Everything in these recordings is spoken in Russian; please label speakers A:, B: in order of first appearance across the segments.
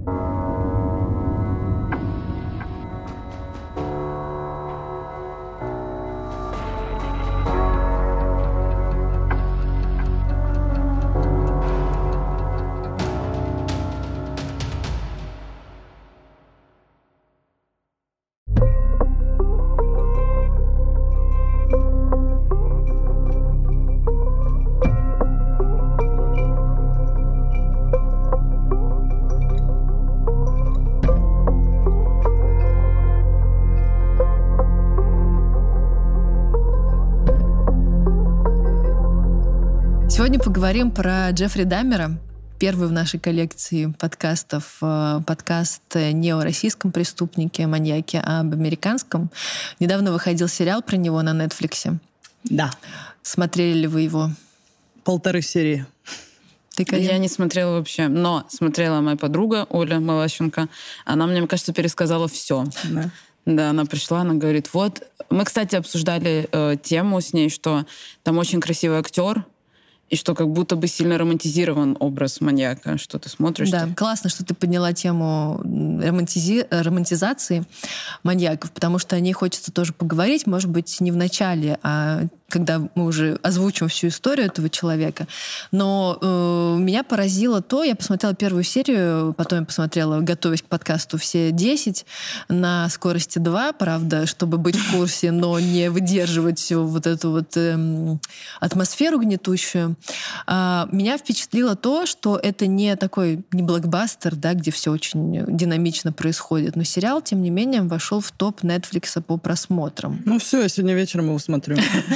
A: Сегодня поговорим про Джеффри Даммера, первый в нашей коллекции подкастов, подкаст не о российском преступнике, маньяке, а об американском. Недавно выходил сериал про него на Netflix.
B: Да.
A: Смотрели ли вы его?
B: 1,5 серии.
A: Ты, Карин?
C: Я не смотрела вообще, но смотрела моя подруга Оля Малащенко. Она мне кажется, пересказала все.
B: Да.
C: Да, она пришла, она говорит, вот... Мы, кстати, обсуждали тему с ней, что там очень красивый актер, и что как будто бы сильно романтизирован образ маньяка. Что ты смотришь?
A: Да, классно, что ты подняла тему романтизации маньяков, потому что о ней хочется тоже поговорить, может быть, не в начале, а когда мы уже озвучим всю историю этого человека. Но меня поразило то, я посмотрела первую серию, потом я посмотрела, готовясь к подкасту, все 10 на скорости 2, правда, чтобы быть в курсе, но не выдерживать всю вот эту вот атмосферу гнетущую. Меня впечатлило то, что это не такой, не блокбастер, да, где все очень динамично происходит, но сериал, тем не менее, вошел в топ Netflix по просмотрам.
B: Ну все, я сегодня вечером его смотрю.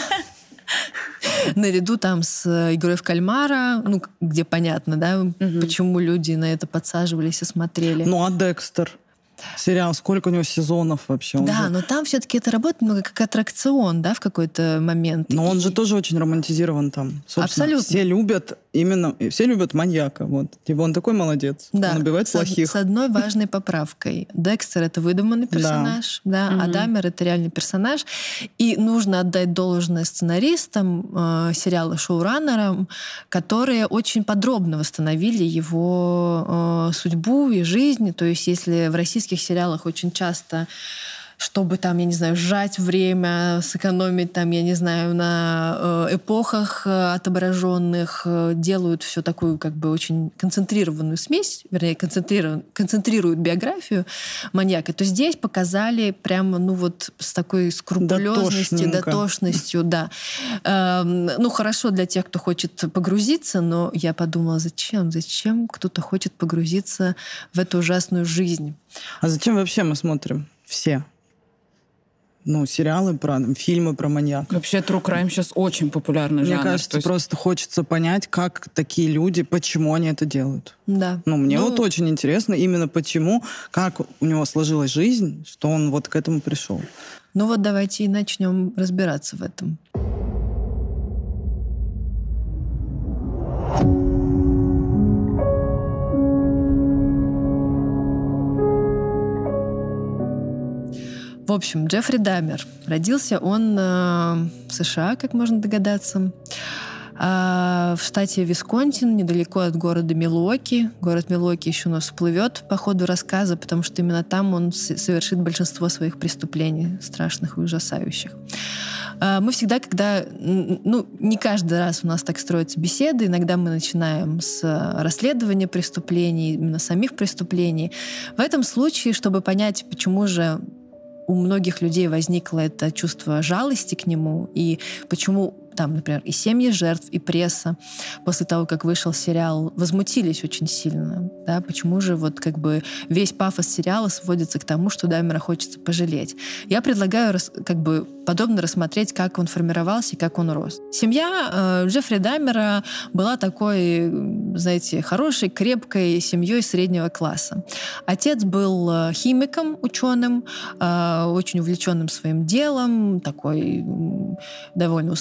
A: Наряду там с «Игрой в кальмара», ну, где понятно, да, почему люди на это подсаживались и смотрели.
B: Ну, а «Декстер»? Сериал, сколько у него сезонов вообще?
A: Да, но там все-таки это работает немного как аттракцион, да, в какой-то момент.
B: Но он же тоже очень романтизирован там. Собственно,
A: абсолютно.
B: Все любят маньяка. Вот. Типа он такой молодец.
A: Да.
B: Он убивает плохих.
A: С одной важной поправкой. Декстер — это выдуманный персонаж, да, а Даммер — это реальный персонаж. И нужно отдать должное сценаристам сериала, шоураннерам, которые очень подробно восстановили его судьбу и жизнь. То есть если в российских сериалах очень часто, чтобы там, я не знаю, сжать время, сэкономить там, я не знаю, на эпохах отображенных, делают всю такую как бы очень концентрированную смесь, вернее, концентрируют биографию маньяка, то здесь показали прямо, ну вот с такой скрупулезностью, дотошностью, да. Ну, хорошо для тех, кто хочет погрузиться, но я подумала, зачем кто-то хочет погрузиться в эту ужасную жизнь?
B: А зачем вообще мы смотрим все? Ну, сериалы фильмы про маньяка.
C: Вообще, true crime сейчас очень популярный жанр.
B: Мне кажется, просто хочется понять, как такие люди, почему они это делают.
A: Да.
B: Ну, мне вот очень интересно именно почему, как у него сложилась жизнь, что он вот к этому пришел.
A: Ну вот давайте и начнем разбираться в этом. В общем, Джеффри Даммер. Родился он в США, как можно догадаться, в штате Висконсин, недалеко от города Милуоки. Город Милуоки еще у нас всплывет по ходу рассказа, потому что именно там он совершит большинство своих преступлений, страшных и ужасающих. Мы всегда, не каждый раз у нас так строятся беседы, иногда мы начинаем с расследования преступлений, именно самих преступлений. В этом случае, чтобы понять, почему же у многих людей возникло это чувство жалости к нему, и почему там, например, и семьи жертв, и пресса после того, как вышел сериал, возмутились очень сильно. Да? Почему же вот как бы весь пафос сериала сводится к тому, что Даммера хочется пожалеть? Я предлагаю как бы подобно рассмотреть, как он формировался и как он рос. Семья Джеффри Даммера была такой, знаете, хорошей, крепкой семьей среднего класса. Отец был химиком, ученым, очень увлеченным своим делом, такой довольно успешный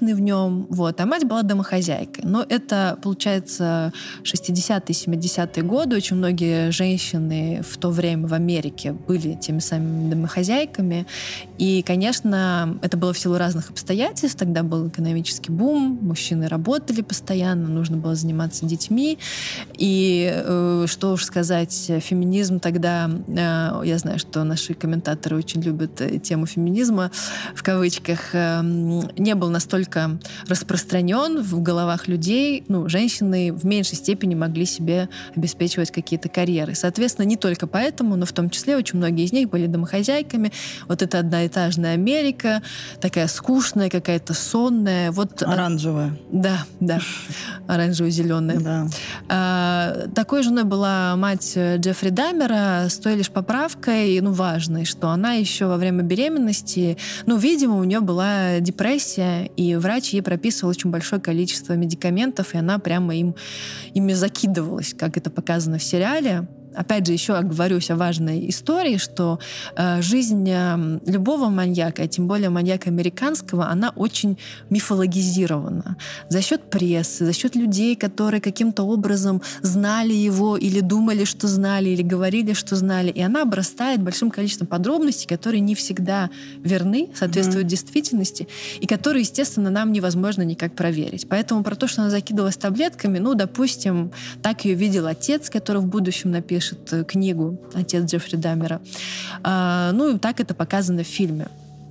A: женственный в нем, вот, а мать была домохозяйкой. Но это, получается, 60-е, 70-е годы. Очень многие женщины в то время в Америке были теми самыми домохозяйками. И, конечно, это было в силу разных обстоятельств. Тогда был экономический бум, мужчины работали постоянно, нужно было заниматься детьми. И что уж сказать, феминизм тогда, я знаю, что наши комментаторы очень любят тему феминизма, в кавычках, не был настолько распространен в головах людей. Ну, женщины в меньшей степени могли себе обеспечивать какие-то карьеры. Соответственно, не только поэтому, но в том числе очень многие из них были домохозяйками. Вот эта одноэтажная Америка, такая скучная, какая-то сонная. Вот,
B: оранжевая.
A: Да, оранжево-зеленая.
B: Да.
A: Такой женой была мать Джеффри Даммера, с той лишь поправкой, важной, что она еще во время беременности, видимо, у нее была депрессия, и врач ей прописывал очень большое количество медикаментов, и она прямо ими закидывалась, как это показано в сериале. Опять же, еще оговорюсь о важной истории, что жизнь любого маньяка, а тем более маньяка американского, она очень мифологизирована. За счет прессы, за счет людей, которые каким-то образом знали его или думали, что знали, или говорили, что знали. И она обрастает большим количеством подробностей, которые не всегда верны, соответствуют действительности, и которые, естественно, нам невозможно никак проверить. Поэтому про то, что она закидывалась таблетками, допустим, так ее видел отец, который в будущем напишет книгу, отец Джеффри Даммера. И так это показано в фильме.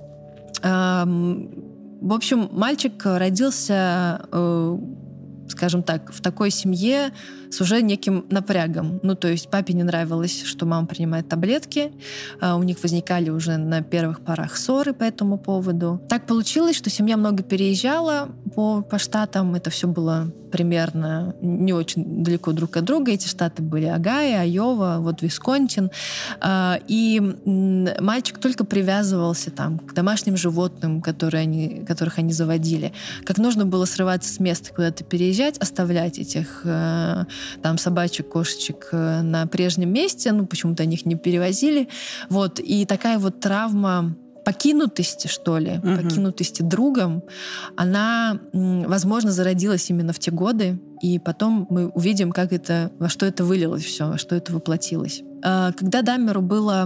A: В общем, мальчик родился, скажем так, в такой семье с уже неким напрягом. То есть папе не нравилось, что мама принимает таблетки. У них возникали уже на первых порах ссоры по этому поводу. Так получилось, что семья много переезжала по штатам. Это все было примерно не очень далеко друг от друга. Эти штаты были Огайо, Айова, Висконсин. И мальчик только привязывался к домашним животным, которых они заводили. Как нужно было срываться с места, куда-то переезжать, оставлять этих собачек, кошечек на прежнем месте. Почему-то они их не перевозили. И такая травма покинутости, что ли, покинутости другом, она, возможно, зародилась именно в те годы, и потом мы увидим, во что это вылилось все, во что это воплотилось. Когда Даммеру было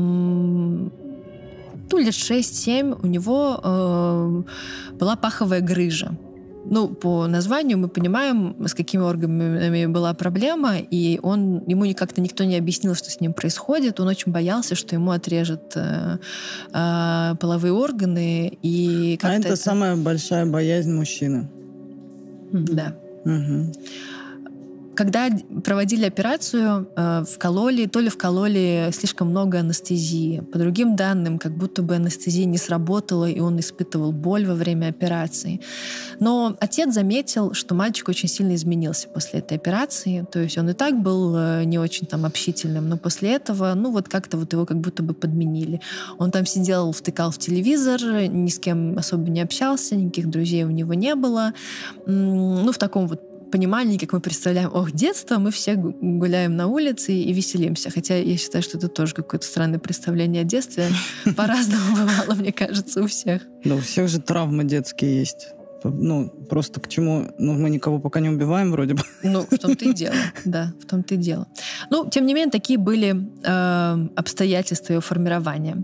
A: лет 6-7, у него была паховая грыжа. По названию мы понимаем, с какими органами была проблема, и ему как-то никто не объяснил, что с ним происходит. Он очень боялся, что ему отрежут половые органы. И
B: это самая большая боязнь мужчины.
A: Да.
B: Угу.
A: Когда проводили операцию, вкололи слишком много анестезии. По другим данным, как будто бы анестезия не сработала, и он испытывал боль во время операции. Но отец заметил, что мальчик очень сильно изменился после этой операции. То есть он и так был не очень общительным, но после этого, как-то его как будто бы подменили. Он сидел, втыкал в телевизор, ни с кем особо не общался, никаких друзей у него не было. В таком понимании, как мы представляем, детство, мы все гуляем на улице и веселимся. Хотя я считаю, что это тоже какое-то странное представление о детстве. По-разному бывало, мне кажется, у всех.
B: Да, у всех же травмы детские есть. Просто к чему... мы никого пока не убиваем, вроде бы.
A: В том-то и дело. Да, в том-то и дело. Тем не менее, такие были обстоятельства его формирования.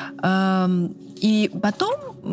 A: И потом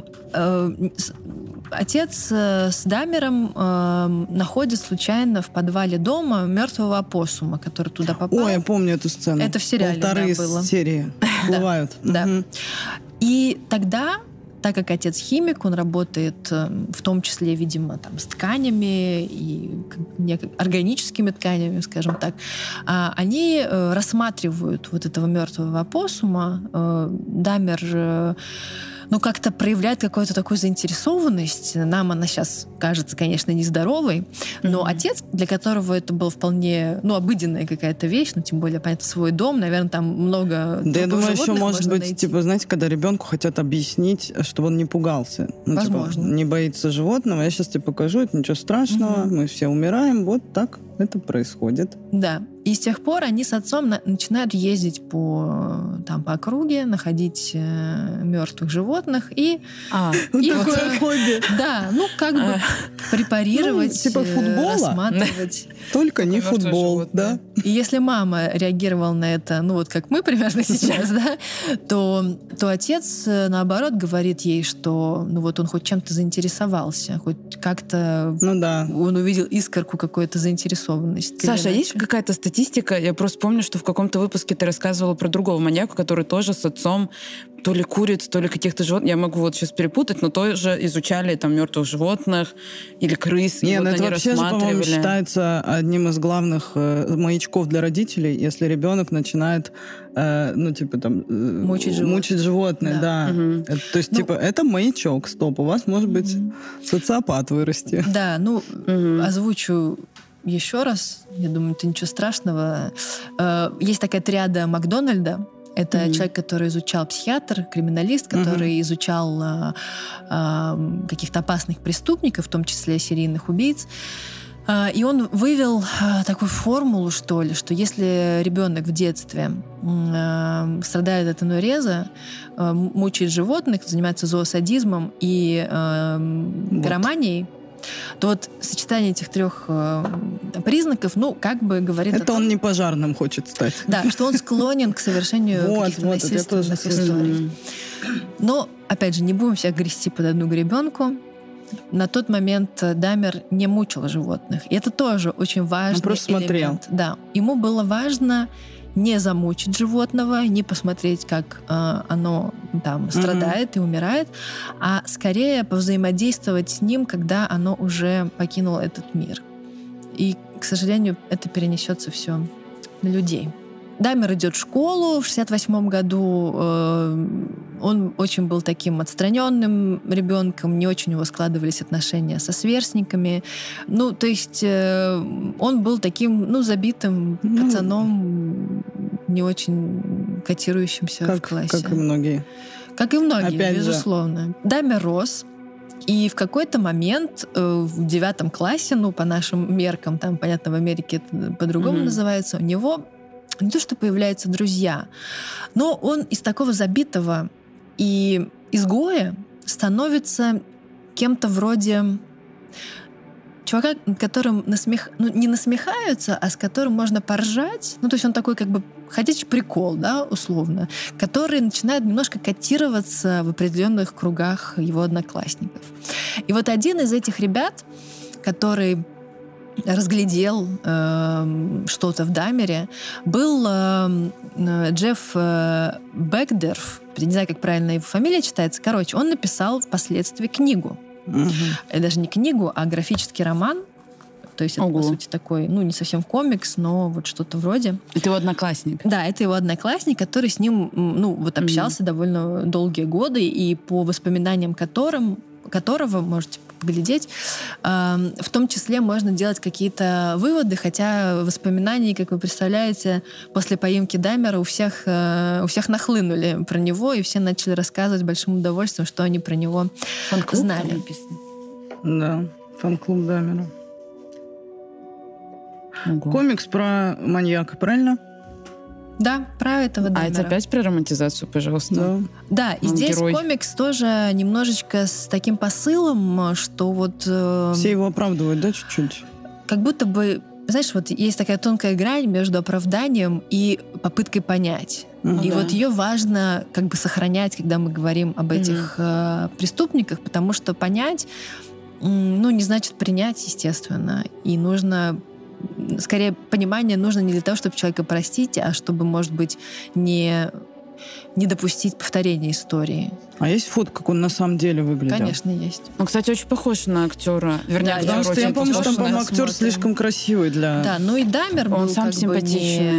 A: отец с Даммером находит случайно в подвале дома мертвого опоссума, который туда попал.
B: Я помню эту сцену.
A: Это в сериале, было.
B: 1,5 серии всплывают.
A: Да. И тогда, так как отец химик, он работает в том числе, видимо, с тканями и органическими тканями, скажем так, они рассматривают этого мертвого опоссума. Даммер как-то проявляет какую-то такую заинтересованность. Нам она сейчас кажется, конечно, нездоровой, но отец, для которого это была вполне обыденная какая-то вещь, тем более, понятно, свой дом, наверное, там много
B: Да, я думаю, еще может быть,
A: найти.
B: знаете, когда ребенку хотят объяснить, чтобы он не пугался.
A: Возможно.
B: Не боится животного. Я сейчас тебе покажу, это ничего страшного, мы все умираем, вот так это происходит.
A: Да. И с тех пор они с отцом начинают ездить по округе, находить мертвых животных и
B: Такое хобби.
A: да, как бы препарировать,
B: типа футбола?
A: рассматривать.
B: Только не футбол, да?
A: И если мама реагировала на это, как мы примерно сейчас, да, то отец, наоборот, говорит ей, что он хоть чем-то заинтересовался, хоть как-то он увидел искорку какой-то заинтересованности.
C: Саша, есть какая-то статистика? Я просто помню, что в каком-то выпуске ты рассказывала про другого маньяка, который тоже с отцом то ли куриц, то ли каких-то животных. Я могу сейчас перепутать, но тоже изучали мертвых животных или крыс.
B: Нет,
C: и
B: это
C: они
B: вообще же, по-моему,
C: рассматривали.
B: считается одним из главных маячков для родителей, если ребенок начинает мучить животное. Да.
C: Угу.
B: То есть, это маячок. Стоп, у вас может быть социопат вырасти.
A: Да, озвучу еще раз. Я думаю, это ничего страшного. Есть такая триада Макдональда. Это человек, который изучал, психиатр, криминалист, который изучал каких-то опасных преступников, в том числе серийных убийц. И он вывел такую формулу, что если ребенок в детстве страдает от энуреза, мучает животных, занимается зоосадизмом и пироманией, то сочетание этих трех признаков, как бы говорит...
B: Это он не пожарным хочет стать.
A: Да, что он склонен к совершению каких-то насильственных историй. Но, опять же, не будем всех грести под одну гребенку. На тот момент Даммер не мучил животных. И это тоже очень важный элемент. Он просто смотрел. Да. Ему было важно не замучить животного, не посмотреть, как оно страдает и умирает, а скорее повзаимодействовать с ним, когда оно уже покинуло этот мир. И, к сожалению, это перенесется все на людей. Даммер идет в школу в 1968 году. Он очень был таким отстраненным ребенком, не очень у него складывались отношения со сверстниками. То есть он был таким, забитым пацаном, не очень котирующимся в классе.
B: Как и многие.
A: Как и многие,
B: Опять
A: безусловно. Же. Даммер рос. И в какой-то момент в 9 классе, по нашим меркам, там, понятно, в Америке это по-другому называется, у него не то, что появляются друзья, но он из такого забитого и изгоя становится кем-то вроде чувака, над которым не насмехаются, а с которым можно поржать. То есть он такой как бы ходячий прикол, да, условно, который начинает немножко котироваться в определенных кругах его одноклассников. И один из этих ребят, который разглядел что-то в Даммере, был Джефф Бекдерф. Не знаю, как правильно его фамилия читается. Короче, он написал впоследствии книгу. Даже не книгу, а графический роман. То есть это, по сути, такой, не совсем комикс, но что-то вроде.
C: Это его одноклассник?
A: Да, это его одноклассник, который с ним общался довольно долгие годы, и по воспоминаниям которого можете поглядеть, в том числе можно делать какие-то выводы, хотя воспоминаний, как вы представляете, после поимки Даммера у всех нахлынули про него, и все начали рассказывать с большим удовольствием, что они про него знали.
B: Да, фан-клуб Даммера. Комикс про маньяка, правильно?
A: Да, про этого Даммера.
C: А это опять про романтизацию, пожалуйста.
A: Да, и здесь комикс тоже немножечко с таким посылом, что
B: все его оправдывают, да, чуть-чуть?
A: Как будто бы, знаешь, есть такая тонкая грань между оправданием и попыткой понять. И ее важно как бы сохранять, когда мы говорим об этих преступниках, потому что понять, не значит принять, естественно. И нужно... Скорее, понимание нужно не для того, чтобы человека простить, а чтобы, может быть, не допустить повторения истории.
B: А есть фото, как он на самом деле выглядел?
A: Конечно, есть.
C: Он, кстати, очень похож на актера. Вернее,
A: да,
B: потому что я помню, что там, актер слишком красивый для...
A: Да, и Даммер был
C: он сам симпатичный.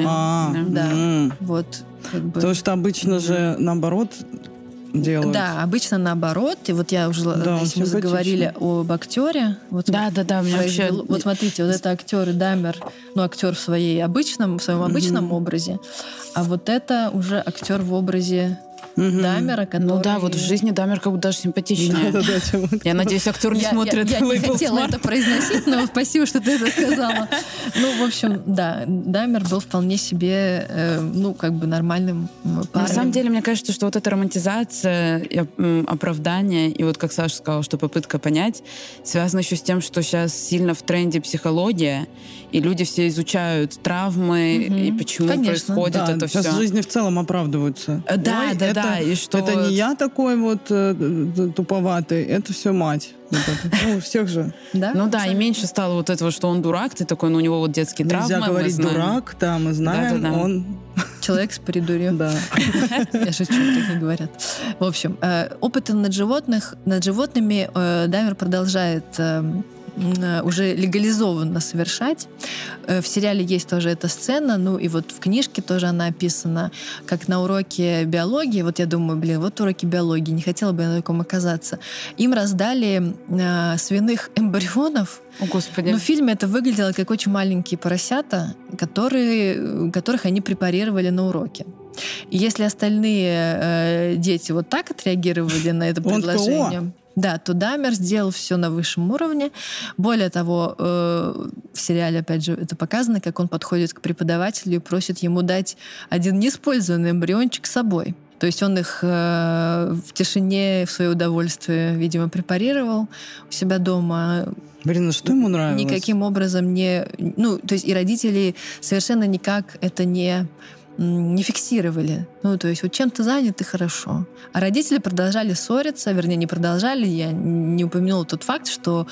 B: Потому что обычно же наоборот делают.
A: Да, обычно наоборот. И я уже, если мы заговорили об актере.
C: Да, мне вообще...
A: Смотрите, это актер и Даммер, актер в своем обычном образе, а это уже актер в образе Даммера, который...
C: Ну да, вот в жизни Даммер как будто даже симпатичнее. Я надеюсь, актер не смотрит.
A: Я не хотела это произносить, но спасибо, что ты это сказала. Ну, в общем, да, Даммер был вполне себе, нормальным парнем.
C: На самом деле, мне кажется, что вот эта романтизация, оправдание, и вот как Саша сказала, что попытка понять, связано еще с тем, что сейчас сильно в тренде психология, и люди все изучают травмы, и почему происходит это все.
B: Сейчас в жизни в целом оправдываются.
C: Да, и что...
B: Это не я такой вот туповатый, это все мать. Ну, у всех же.
A: Да?
C: Ну да, и меньше стало вот этого, что он дурак, ты такой, у него вот детские травмы.
B: Нельзя говорить дурак, да, мы знаем,
C: Да.
B: он...
A: Человек с придурью.
B: Да.
A: Я шучу, так не говорят. В общем, опыты над животными Даммер продолжает уже легализованно совершать. В сериале есть тоже эта сцена, ну и вот в книжке тоже она описана, как на уроке биологии, вот я думаю, вот уроки биологии, не хотела бы я на таком оказаться. Им раздали свиных эмбрионов.
C: О, Господи.
A: Но в фильме это выглядело как очень маленькие поросята, которых они препарировали на уроке. И если остальные дети вот так отреагировали на это предложение... Да, то Даммер сделал все на высшем уровне. Более того, в сериале, опять же, это показано, как он подходит к преподавателю и просит ему дать один неиспользованный эмбриончик с собой. То есть он их в тишине, в свое удовольствие, видимо, препарировал у себя дома.
B: Блин, а что ему нравилось?
A: Никаким образом не... Ну, то есть и родители совершенно никак это не фиксировали. Ну, то есть вот чем-то заняты, хорошо. А родители продолжали ссориться, вернее, не продолжали. Я не упомянула тот факт, что,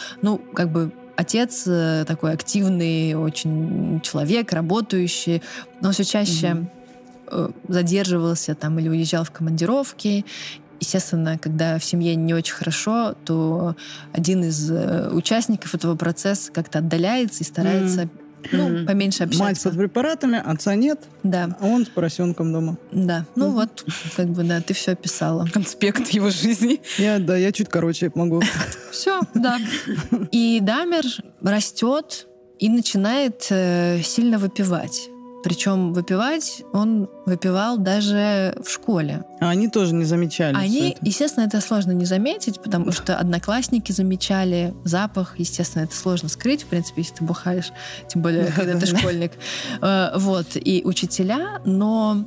A: отец такой активный очень человек, работающий, но все чаще задерживался там или уезжал в командировки. Естественно, когда в семье не очень хорошо, то один из участников этого процесса как-то отдаляется и старается поменьше общаться.
B: Мать под препаратами, отца нет,
A: да.
B: А он с поросенком дома.
A: Да, ты все описала.
C: Конспект его жизни.
B: Я чуть короче могу.
A: Все, да. И Даммер растет и начинает сильно выпивать. Причем выпивать он выпивал даже в школе.
B: А они тоже не замечали.
A: Естественно, это сложно не заметить, потому что одноклассники замечали запах. Естественно, это сложно скрыть, в принципе, если ты бухаешь, тем более, когда ты школьник. И учителя, но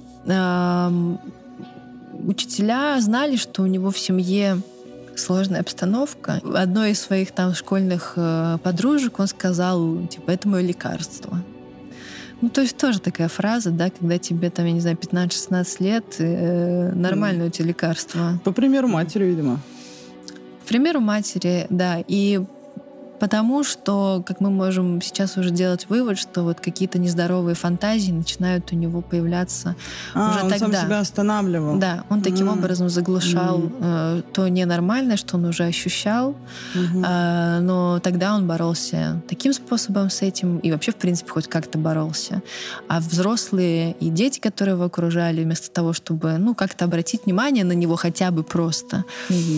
A: учителя знали, что у него в семье сложная обстановка. Одной из своих там школьных подружек он сказал, это мое лекарство. Ну, то есть тоже такая фраза, да, когда тебе, там, я не знаю, 15-16 лет, нормальное у тебя лекарство.
B: По примеру матери, видимо.
A: По примеру матери, да. И потому что, как мы можем сейчас уже делать вывод, что вот какие-то нездоровые фантазии начинают у него появляться уже
B: он
A: тогда.
B: сам себя останавливал.
A: Да, он таким образом заглушал то ненормальное, что он уже ощущал, но тогда он боролся таким способом с этим и вообще, в принципе, хоть как-то боролся. А взрослые и дети, которые его окружали, вместо того, чтобы, как-то обратить внимание на него хотя бы просто,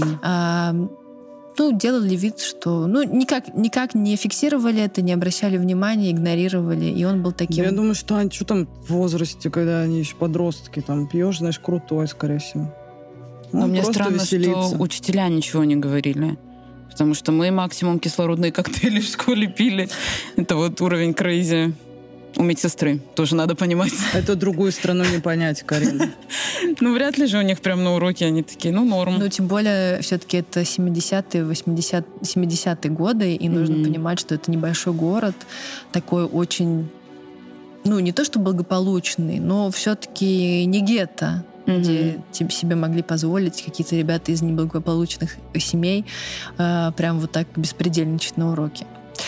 A: делали вид, что... никак не фиксировали это, не обращали внимания, игнорировали, и он был таким...
B: Я думаю, что там в возрасте, когда они еще подростки, там пьешь, знаешь, крутой, скорее всего.
C: Но мне странно, что учителя ничего не говорили. Потому что мы максимум кислородные коктейли в школе пили. Это вот уровень крейзи. У медсестры тоже надо понимать.
B: Это другую страну не понять, Карина.
C: Вряд ли же у них прям на уроке они такие, норм.
A: Тем более, все-таки это 70-е, 70-е годы, и нужно понимать, что это небольшой город, такой очень, не то что благополучный, но все-таки не гетто, где себе могли позволить какие-то ребята из неблагополучных семей прям вот так беспредельничать на уроке.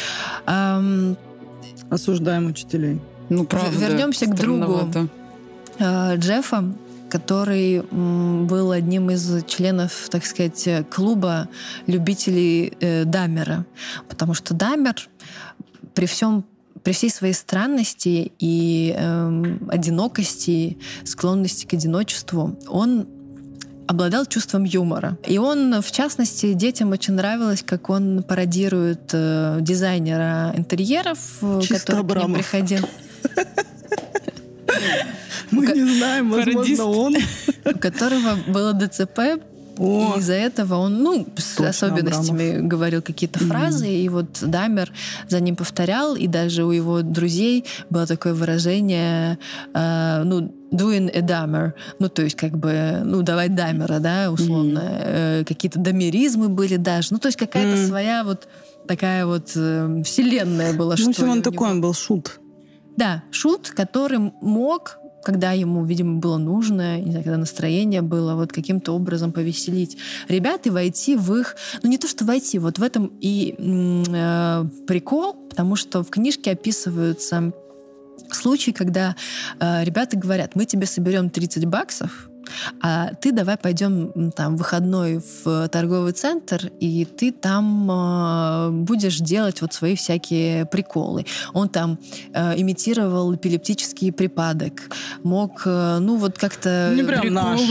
B: Осуждаем учителей.
C: Правда.
A: Вернемся к другу Джеффа, который был одним из членов, так сказать, клуба любителей Даммера. Потому что Даммер при всей своей странности и одинокости, склонности к одиночеству, он обладал чувством юмора. И он, в частности, детям очень нравилось, как он пародирует дизайнера интерьеров, который к ним приходил.
B: Мы не знаем, возможно, он.
A: у которого было ДЦП. И из-за этого он, с особенностями Абрамов говорил какие-то фразы, и вот Дамер за ним повторял, и даже у его друзей было такое выражение, doing a Dahmer, то есть давай Дамера, да, условно. Какие-то дамеризмы были даже, то есть какая-то своя вот такая вот вселенная была, что ли.
B: В общем, он такой, он был шут.
A: Да, шут, который мог, когда ему, видимо, было нужно, не знаю, когда настроение было, вот каким-то образом повеселить ребят и войти в их... не то, что войти, вот в этом и прикол, потому что в книжке описываются случаи, когда ребята говорят, мы тебе соберем $30, а ты давай пойдем там в выходной в торговый центр, и ты там будешь делать вот свои всякие приколы. Он там имитировал эпилептический припадок, мог, как-то...
B: Не прям наш.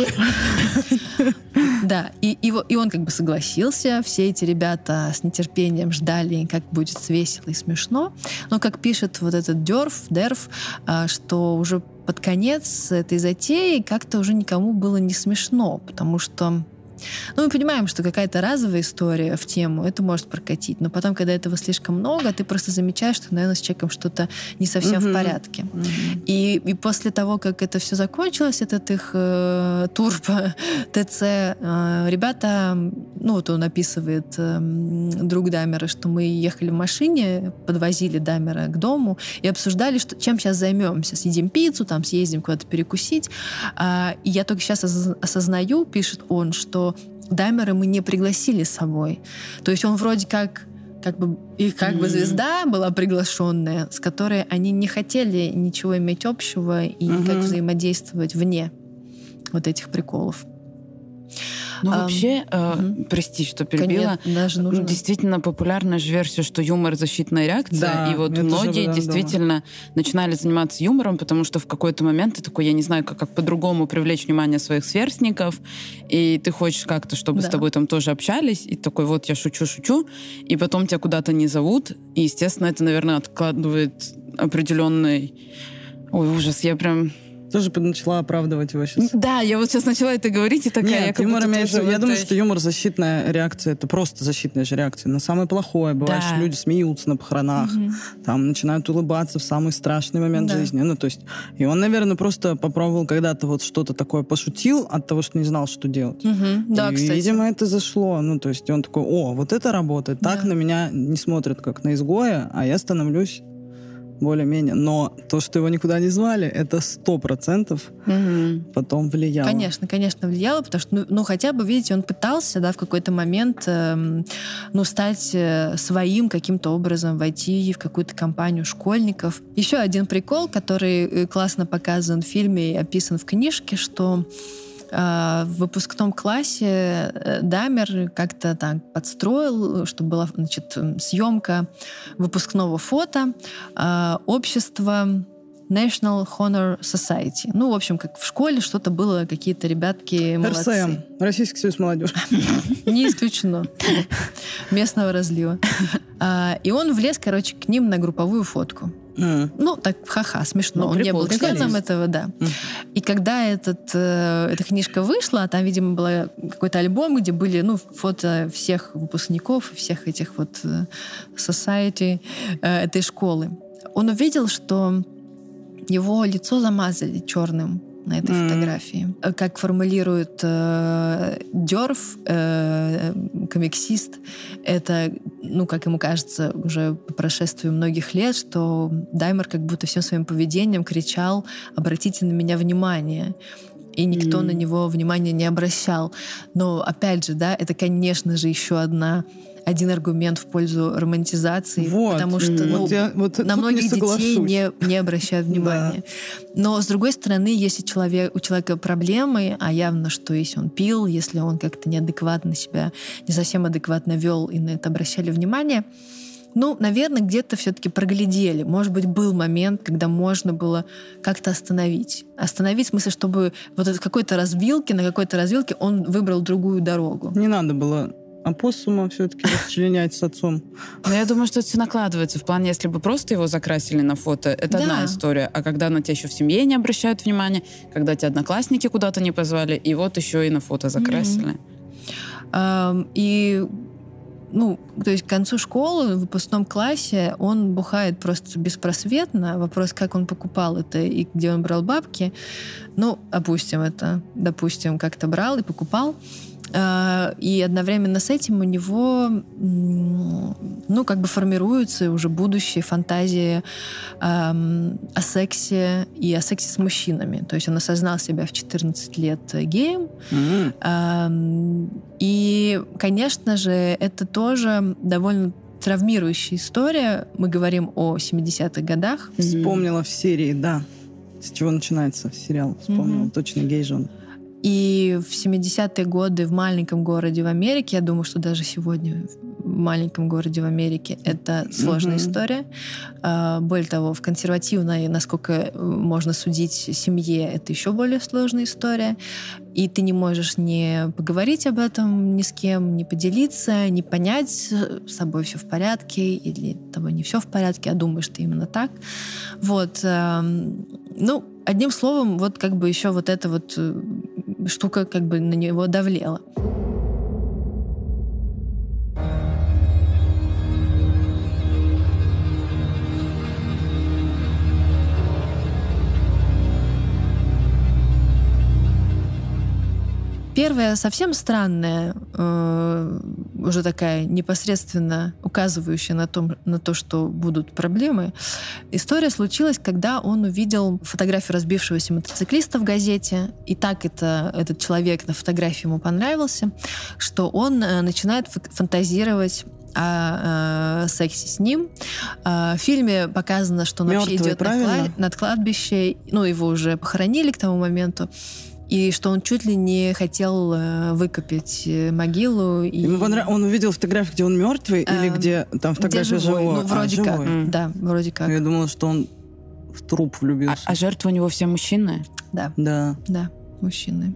A: Да, и он согласился, все эти ребята с нетерпением ждали, как будет весело и смешно, но, как пишет вот этот Дерф, что уже под конец этой затеи как-то уже никому было не смешно, потому что мы понимаем, что какая-то разовая история в тему, это может прокатить, но потом, когда этого слишком много, ты просто замечаешь, что, наверное, с человеком что-то не совсем в порядке. И после того, как это все закончилось, этот их тур по ТЦ, ребята, он описывает, друг Дамера, что мы ехали в машине, подвозили Дамера к дому и обсуждали, чем сейчас займемся. Съедим пиццу, там съездим куда-то перекусить. И я только сейчас осознаю, пишет он, что Дамера мы не пригласили с собой. То есть он вроде как бы звезда была приглашенная, с которой они не хотели ничего иметь общего и никак взаимодействовать вне вот этих приколов.
C: Вообще, прости, что перебила, действительно популярная же версия, что юмор — защитная реакция,
B: да,
C: и вот многие действительно начинали заниматься юмором, потому что в какой-то момент ты такой, я не знаю, как по-другому привлечь внимание своих сверстников, и ты хочешь как-то, чтобы с тобой там тоже общались, и такой, вот я шучу, и потом тебя куда-то не зовут, и, естественно, это, наверное, откладывает определенный... Ой, ужас, я прям...
B: Тоже начала оправдывать его сейчас.
C: Да, я вот сейчас начала это говорить, и такая...
B: Нет, юмор имеется... Я думаю, что юмор — защитная реакция. Это просто защитная же реакция на самое плохое. Бывает, что люди смеются на похоронах, там начинают улыбаться в самый страшный момент жизни. То есть... И он, наверное, просто попробовал когда-то вот что-то такое, пошутил от того, что не знал, что делать.
A: Да,
B: и,
A: кстати.
B: видимо, это зашло. То есть он такой, вот это работает. Так на меня не смотрят, как на изгоя, а я становлюсь более-менее. Но то, что его никуда не звали, это 100% потом влияло.
A: Конечно, влияло, потому что, хотя бы, видите, он пытался, в какой-то момент, стать своим каким-то образом, войти в какую-то компанию школьников. Еще один прикол, который классно показан в фильме и описан в книжке, что в выпускном классе Дамер как-то так подстроил, чтобы была, съемка выпускного фото общества National Honor Society. В общем, как в школе что-то было, какие-то ребятки молодцы.
B: РСМ, Российский союз молодежи.
A: Не исключено. Местного разлива. И он влез, к ним на групповую фотку. Так, ха-ха, смешно. Он не был членом этого, да. И когда эта книжка вышла, там, видимо, был какой-то альбом, где были, фото всех выпускников, всех этих вот society этой школы. Он увидел, что его лицо замазали черным на этой фотографии. Как формулирует Дерф, комиксист, это, как ему кажется, уже по прошествии многих лет, что Дамер как будто всем своим поведением кричал: «Обратите на меня внимание». И никто на него внимания не обращал. Но, опять же, это, конечно же, еще один аргумент в пользу романтизации, потому что на многих детей не обращают внимания. Но, с другой стороны, если у человека проблемы, а явно, что если он пил, если он как-то неадекватно себя, не совсем адекватно вел, и на это обращали внимание, наверное, где-то все-таки проглядели. Может быть, был момент, когда можно было как-то остановить. Остановить в смысле, чтобы на какой-то развилке он выбрал другую дорогу.
B: Не надо было опоссума все-таки расчленять с отцом.
C: Но я думаю, что это все накладывается. В плане, если бы просто его закрасили на фото, это одна история. А когда на тебя еще в семье не обращают внимания, когда тебя одноклассники куда-то не позвали, и вот еще и на фото закрасили.
A: И то есть к концу школы, в выпускном классе, он бухает просто беспросветно. Вопрос, как он покупал это и где он брал бабки. Опустим это. Допустим, как-то брал и покупал. И одновременно с этим у него формируются уже будущие фантазии о сексе и о сексе с мужчинами. То есть он осознал себя в 14 лет геем. И, конечно же, это тоже довольно травмирующая история. Мы говорим о 70-х годах.
B: Вспомнила в серии, да. С чего начинается сериал. Вспомнила. Точно гей же он.
A: И в 70-е годы в маленьком городе в Америке, я думаю, что даже сегодня в маленьком городе в Америке это сложная история. Более того, в консервативной, насколько можно судить, семье это еще более сложная история. И ты не можешь не поговорить об этом ни с кем, не поделиться, не понять, с тобой все в порядке или с тобой не все в порядке, а думаешь ты именно так. Вот. Одним словом, еще вот эта вот штука на него давлела. Первая совсем странная, уже такая непосредственно указывающая на то, что будут проблемы. История случилась, когда он увидел фотографию разбившегося мотоциклиста в газете, и так этот человек на фотографии ему понравился, что он начинает фантазировать о сексе с ним. В фильме показано, что он вообще идет на кладбище, его уже похоронили к тому моменту, и что он чуть ли не хотел выкопать могилу.
B: Он увидел фотографию, где он мертвый, или где там фотография живой?
A: Вроде как.
B: Живой.
A: Да, вроде как.
B: Я думала, что он в труп влюбился.
C: А жертвы у него все мужчины?
A: Да.
B: Да.
A: Да, мужчины.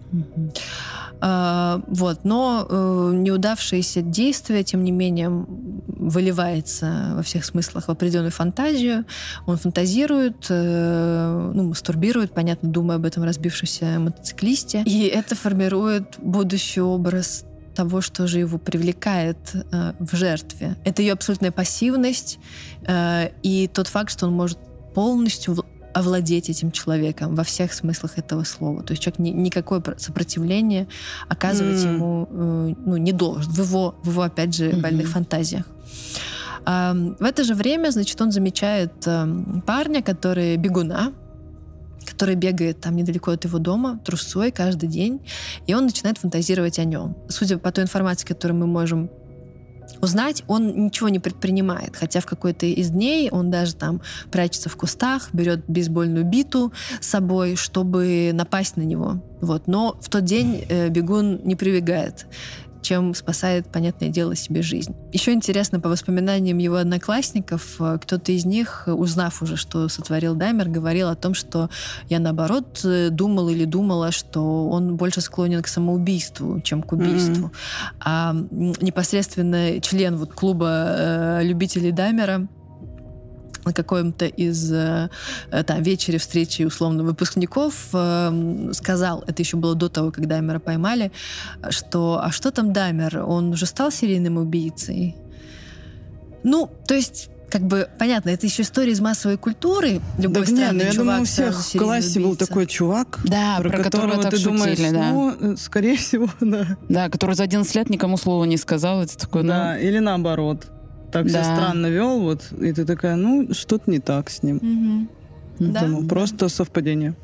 A: Но неудавшееся действие, тем не менее, выливается во всех смыслах в определенную фантазию. Он фантазирует, мастурбирует, понятно, думая об этом разбившемся мотоциклисте. И это формирует будущий образ того, что же его привлекает в жертве. Это ее абсолютная пассивность и тот факт, что он может полностью овладеть этим человеком во всех смыслах этого слова. То есть человек никакое сопротивление оказывать ему не должен в его опять же, больных фантазиях. В это же время, значит, он замечает парня, бегуна, который бегает там недалеко от его дома трусцой каждый день, и он начинает фантазировать о нем. Судя по той информации, которую мы можем узнать, он ничего не предпринимает. Хотя в какой-то из дней он даже там прячется в кустах, берет бейсбольную биту с собой, чтобы напасть на него. Но в тот день бегун не прибегает, чем спасает, понятное дело, себе жизнь. Еще интересно, по воспоминаниям его одноклассников, кто-то из них, узнав уже, что сотворил Даймер, говорил о том, что я, наоборот, думал или думала, что он больше склонен к самоубийству, чем к убийству. А непосредственно член клуба любителей Даймера на каком-то из вечере встречи условно выпускников сказал, это еще было до того, как Даймера поймали, что «А что там Даймер? Он уже стал серийным убийцей?» То есть понятно, это еще история из массовой культуры. Любой странный чувак.
B: Я думаю, у всех в классе был такой чувак,
C: про которого так
B: ты
C: шутили,
B: думаешь, скорее всего, да.
C: Да, который за 11 лет никому слова не сказал. Это такой,
B: да, или наоборот. Так все странно вел, и ты такая, что-то не так с ним. Просто совпадение.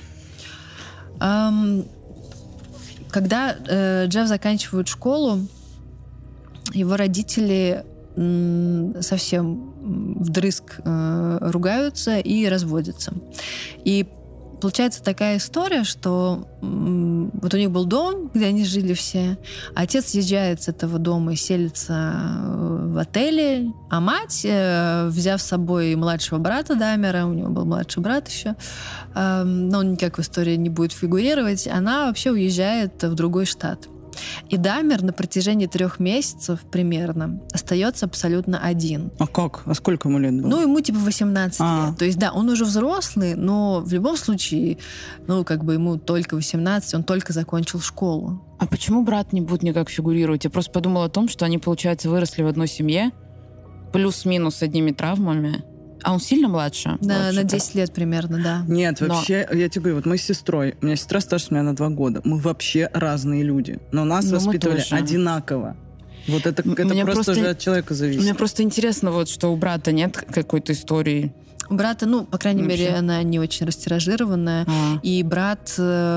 A: Когда Джефф заканчивает школу, его родители совсем вдрызг ругаются и разводятся. И получается такая история, что у них был дом, где они жили все. Отец съезжает с этого дома и селится в отеле, а мать, взяв с собой младшего брата Даймера, у него был младший брат еще, но он никак в истории не будет фигурировать, она вообще уезжает в другой штат. И Дамер на протяжении 3 месяцев примерно остается абсолютно один.
B: А как? А сколько ему лет было?
A: Ну, ему типа 18 лет. То есть, да, он уже взрослый, но в любом случае, ну, как бы ему только 18, он только закончил школу.
C: А почему брат не будет никак фигурировать? Я просто подумала о том, что они, получается, выросли в одной семье, плюс-минус с одними травмами. А он сильно младше?
A: Да, на 10 лет примерно, да.
B: Нет, вообще, я тебе говорю, вот мы с сестрой, у меня сестра старше меня на 2 года, мы вообще разные люди, но нас воспитывали одинаково. Вот это просто же от человека зависит.
C: Мне просто интересно, вот, что у брата нет какой-то истории.
A: У брата, ну, по крайней мере, она не очень растиражированная, и брат...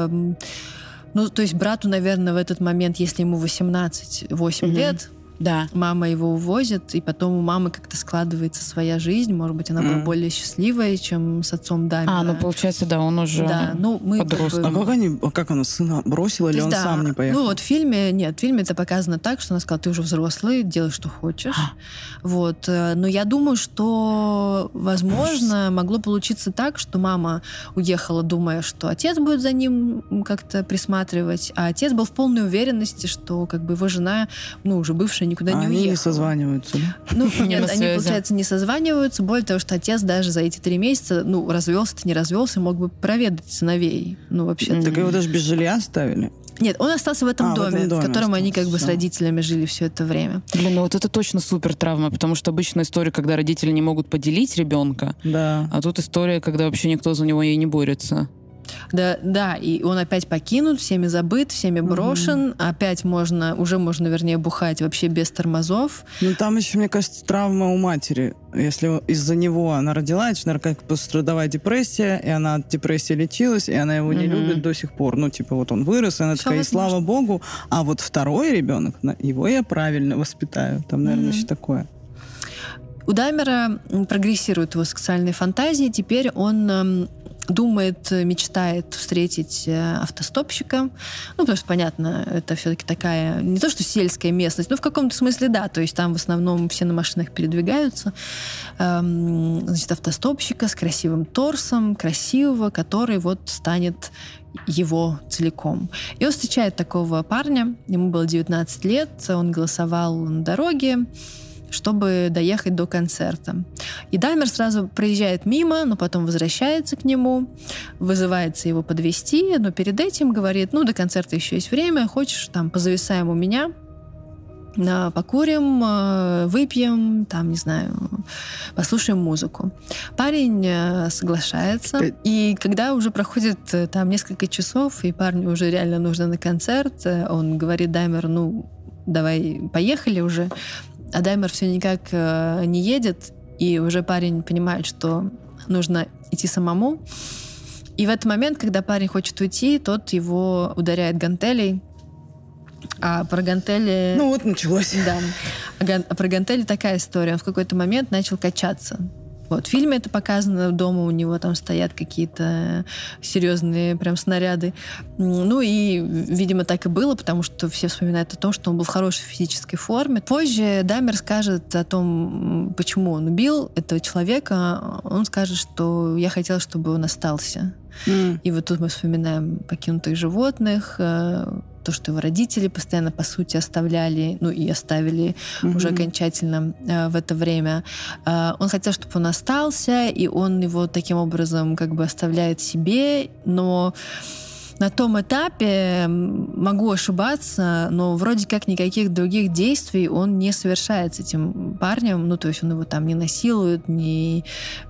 A: Ну, то есть брату, наверное, в этот момент, если ему 8 лет...
C: Да.
A: Мама его увозит, и потом у мамы как-то складывается своя жизнь. Может быть, она была более счастливая, чем с отцом Дамера.
C: Ну, получается, да, он уже подросток.
B: А как она сына бросила, или он сам не поехал?
A: Ну, вот в фильме это показано так, что она сказала, ты уже взрослый, делай, что хочешь. Вот. Но я думаю, что, возможно, могло получиться так, что мама уехала, думая, что отец будет за ним как-то присматривать, а отец был в полной уверенности, что как бы его жена, ну, уже бывшая, никуда не уехала.
B: Они не созваниваются, да?
A: Ну, нет, они, получается, не созваниваются. Более того, что отец даже за эти 3 месяца, ну, развелся-то не развелся, мог бы проведать сыновей. Ну, вообще.
B: Так его даже без жилья оставили?
A: Нет, он остался в этом доме, в котором они как бы с родителями жили все это время.
C: Блин, ну вот это точно супер травма, потому что обычная история, когда родители не могут поделить ребенка,
B: а
C: тут история, когда вообще никто за него и не борется.
A: Да, и он опять покинут, всеми забыт, всеми брошен. Опять можно бухать вообще без тормозов.
B: Ну, там еще, мне кажется, травма у матери. Если из-за него она родила, это, наверное, как пострадовая депрессия, и она от депрессии лечилась, и она его не любит до сих пор. Ну, типа, вот он вырос, и она такая, и слава богу. А вот второй ребенок, его я правильно воспитаю. Там, наверное, еще такое.
A: У Дамера прогрессируют его сексуальные фантазии. Теперь он мечтает встретить автостопщика. Ну, потому что, понятно, это все-таки такая, не то что сельская местность, но в каком-то смысле да, то есть там в основном все на машинах передвигаются. Значит, автостопщика с красивым торсом, красивого, который вот станет его целиком. И он встречает такого парня, ему было 19 лет, он голосовал на дороге, чтобы доехать до концерта. И Дамер сразу проезжает мимо, но потом возвращается к нему, вызывается его подвезти, но перед этим говорит, ну, до концерта еще есть время, хочешь, там, позависаем у меня, покурим, выпьем, там, не знаю, послушаем музыку. Парень соглашается, и когда уже проходит там несколько часов, и парню уже реально нужно на концерт, он говорит Дамеру, ну, давай, поехали уже, а Дамер все никак не едет, и уже парень понимает, что нужно идти самому. И в этот момент, когда парень хочет уйти, тот его ударяет гантелей. А про гантели...
B: Ну вот началось.
A: Да. А про гантели такая история. Он в какой-то момент начал качаться. Вот. В фильме это показано, дома у него там стоят какие-то серьезные прям снаряды. Ну и, видимо, так и было, потому что все вспоминают о том, что он был в хорошей физической форме. Позже Дамер скажет о том, почему он убил этого человека. Он скажет, что я хотела, чтобы он остался. И вот тут мы вспоминаем покинутых животных, то, что его родители постоянно, по сути, оставляли, ну и оставили уже окончательно в это время. Он хотел, чтобы он остался, и он его таким образом как бы оставляет себе, но на том этапе, могу ошибаться, но вроде как никаких других действий он не совершает с этим парнем, ну то есть он его там не насилует, не...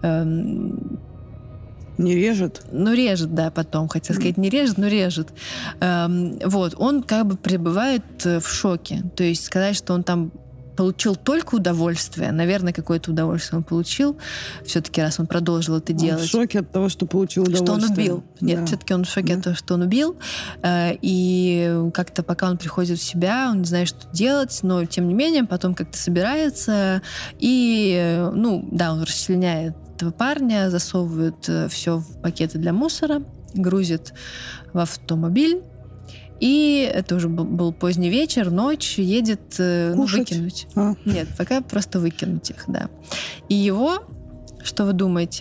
B: Не режет?
A: Ну, режет, да, потом. Хотела сказать, не режет, но режет. Вот. Он как бы пребывает в шоке. То есть сказать, что он там получил только удовольствие, наверное, какое-то удовольствие он получил, все-таки, раз он продолжил это делать.
B: Он в шоке от того, что получил удовольствие.
A: Что он убил. Нет, все-таки он в шоке от того, что он убил. И как-то пока он приходит в себя, он не знает, что делать, но, тем не менее, потом как-то собирается и, ну, да, он расчленяет этого парня, засовывают все в пакеты для мусора, грузит в автомобиль, и это уже был поздний вечер, ночь, едет выкинуть. Нет, пока просто выкинуть их, да. И его, что вы думаете?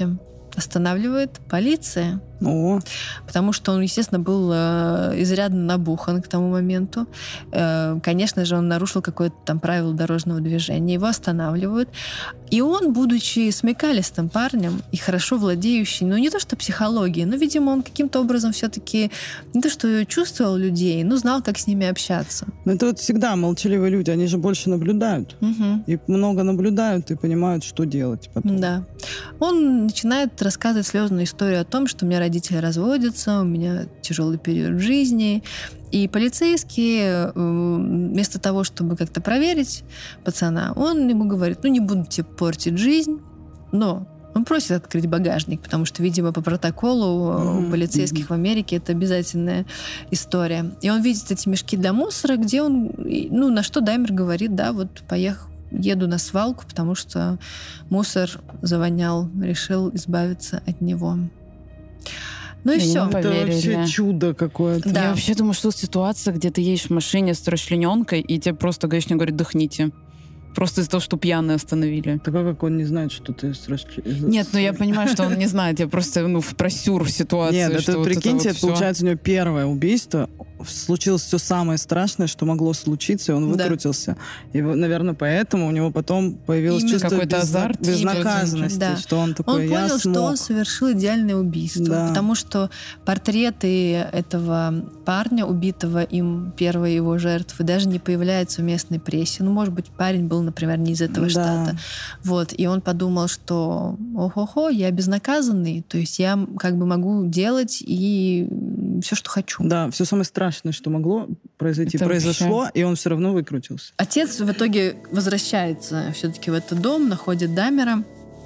A: останавливает полиция.
B: О.
A: Потому что он, естественно, был изрядно набухан к тому моменту. Конечно же, он нарушил какое-то там правило дорожного движения. Его останавливают. И он, будучи смекалистым парнем и хорошо владеющий, ну, не то что психологией, но, видимо, он каким-то образом все-таки не то что чувствовал людей, но знал, как с ними общаться.
B: Но это вот всегда молчаливые люди, они же больше наблюдают.
A: Угу.
B: И много наблюдают и понимают, что делать потом.
A: Да. Он начинает рассказывать слезную историю о том, что у меня родители разводятся, у меня тяжелый период в жизни. И полицейские, вместо того, чтобы как-то проверить пацана, он ему говорит, ну, не буду тебе портить жизнь, но он просит открыть багажник, потому что, видимо, по протоколу у полицейских в Америке это обязательная история. И он видит эти мешки для мусора, где он, ну, на что Даймер говорит, да, вот еду на свалку, потому что мусор завонял, решил избавиться от него. Ну и все.
B: Это вообще чудо какое-то.
C: Да. Я вообще думаю, что ситуация, где ты едешь в машине с расчлененкой, и тебе просто гаишник говорит, дыхните. Просто из-за того, что пьяные остановили.
B: Так как он не знает, что ты...
C: Нет, ну я понимаю, что он не знает. Я просто про сюр ситуацию.
B: Нет, это, прикиньте, это получается у него первое убийство. Случилось все самое страшное, что могло случиться, и он выкрутился. Да. И, наверное, поэтому у него потом появилось чувство
C: какой-то азарт,
B: безнаказанности. Да. Что он такой,
A: он понял, что он совершил идеальное убийство. Да. Потому что портреты этого парня, убитого им первой его жертвы, даже не появляются в местной прессе. Ну, может быть, парень был, например, не из этого штата. Вот. И он подумал, что ого-го, я безнаказанный, то есть я как бы могу делать и все, что хочу.
B: Да, все самое страшное, что могло произойти, это произошло, вообще... и он все равно выкрутился.
A: Отец в итоге возвращается все-таки в этот дом, находит Даймера,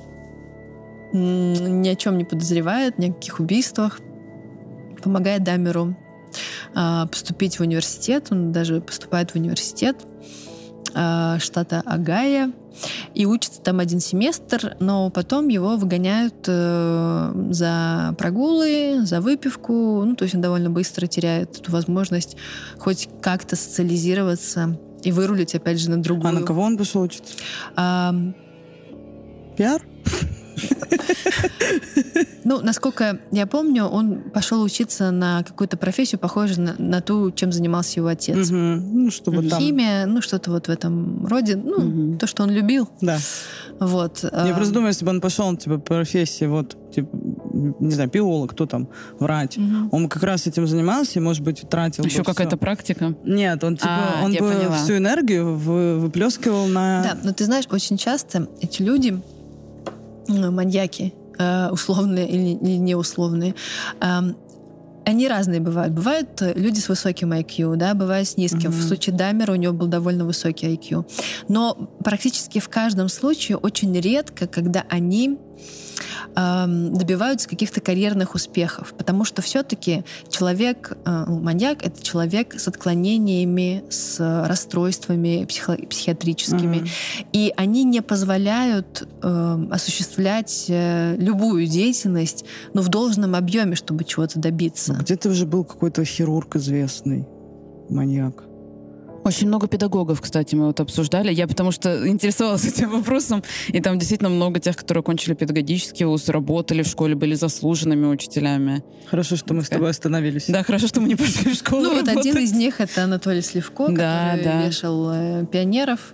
A: ни о чем не подозревает, ни о каких убийствах, помогает Даймеру поступить в университет, он даже поступает в университет штата Огайо и учится там 1 семестр, но потом его выгоняют за прогулы, за выпивку, ну, то есть он довольно быстро теряет эту возможность хоть как-то социализироваться и вырулить, опять же, на другую.
B: А на кого он пошел учиться? Пиар?
A: Ну, насколько я помню, он пошел учиться на какую-то профессию, похожую на ту, чем занимался его отец.
B: Ну, чтобы там...
A: Химия, ну, что-то вот в этом роде. Ну, то, что он любил.
B: Да.
A: Вот.
B: Я просто думаю, если бы он пошел, типа, по профессии, вот, типа, не знаю, биолог, кто там, врач, он как раз этим занимался и, может быть, тратил...
C: Еще какая-то практика?
B: Нет, он, типа, он бы всю энергию выплескивал на...
A: Да, но ты знаешь, очень часто эти люди... маньяки, условные или неусловные, они разные бывают. Бывают люди с высоким IQ, да, бывают с низким. В случае Даймера у него был довольно высокий IQ. Но практически в каждом случае очень редко, когда они добиваются каких-то карьерных успехов, потому что все-таки человек, маньяк — это человек с отклонениями, с расстройствами психиатрическими, и они не позволяют осуществлять любую деятельность, но в должном объеме, чтобы чего-то добиться.
B: Где-то уже был какой-то хирург известный, маньяк.
C: Очень много педагогов, кстати, мы вот обсуждали. Я потому что интересовалась этим вопросом, и там действительно много тех, которые окончили педагогический вуз, работали в школе, были заслуженными учителями.
B: Хорошо, что мы с тобой остановились.
C: Да, хорошо, что мы не пошли в школу.
A: Ну, вот один из них — это Анатолий Сливко, который вешал пионеров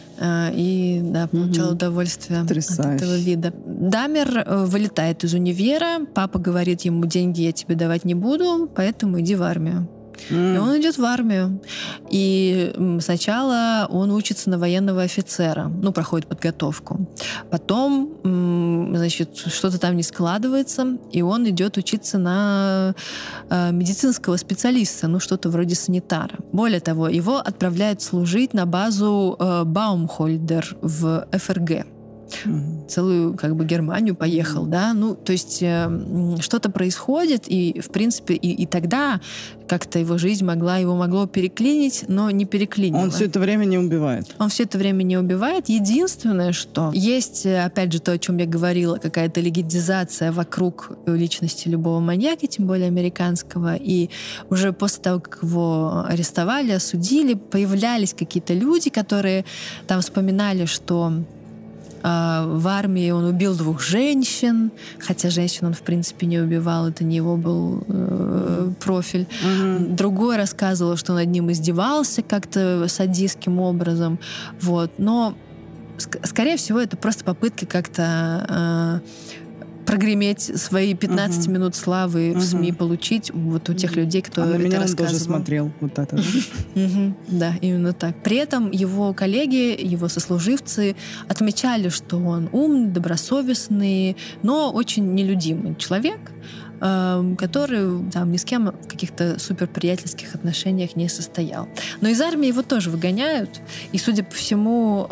A: и, да, получал удовольствие от этого вида. Даймер вылетает из универа, папа говорит ему: деньги я тебе давать не буду, поэтому иди в армию. И он идет в армию. И сначала он учится на военного офицера, ну, проходит подготовку. Потом, значит, что-то там не складывается, и он идет учиться на медицинского специалиста, ну, что-то вроде санитара. Более того, его отправляют служить на базу Баумхольдер в ФРГ. Целую, как бы, Германию поехал, да, ну, то есть что-то происходит, и, в принципе, и тогда как-то его жизнь могло переклинить, но не переклинило.
B: Он все это время не убивает.
A: Он все это время не убивает. Единственное, что есть, опять же, то, о чем я говорила, какая-то легендизация вокруг личности любого маньяка, тем более американского, и уже после того, как его арестовали, осудили, появлялись какие-то люди, которые там вспоминали, что В армии он убил 2 женщин, хотя женщин он, в принципе, не убивал, это не его был профиль. Другой рассказывал, что он над ним издевался как-то садистским образом. Вот. Но, скорее всего, это просто попытка как-то прогреметь свои 15 минут славы в СМИ получить вот у тех людей, кто это рассказывал.
B: Он тоже смотрел вот это.
A: Да, именно так. При этом его коллеги, его сослуживцы отмечали, что он умный, добросовестный, но очень нелюдимый человек, который там ни с кем в каких-то суперприятельских отношениях не состоял. Но из армии его тоже выгоняют. И, судя по всему,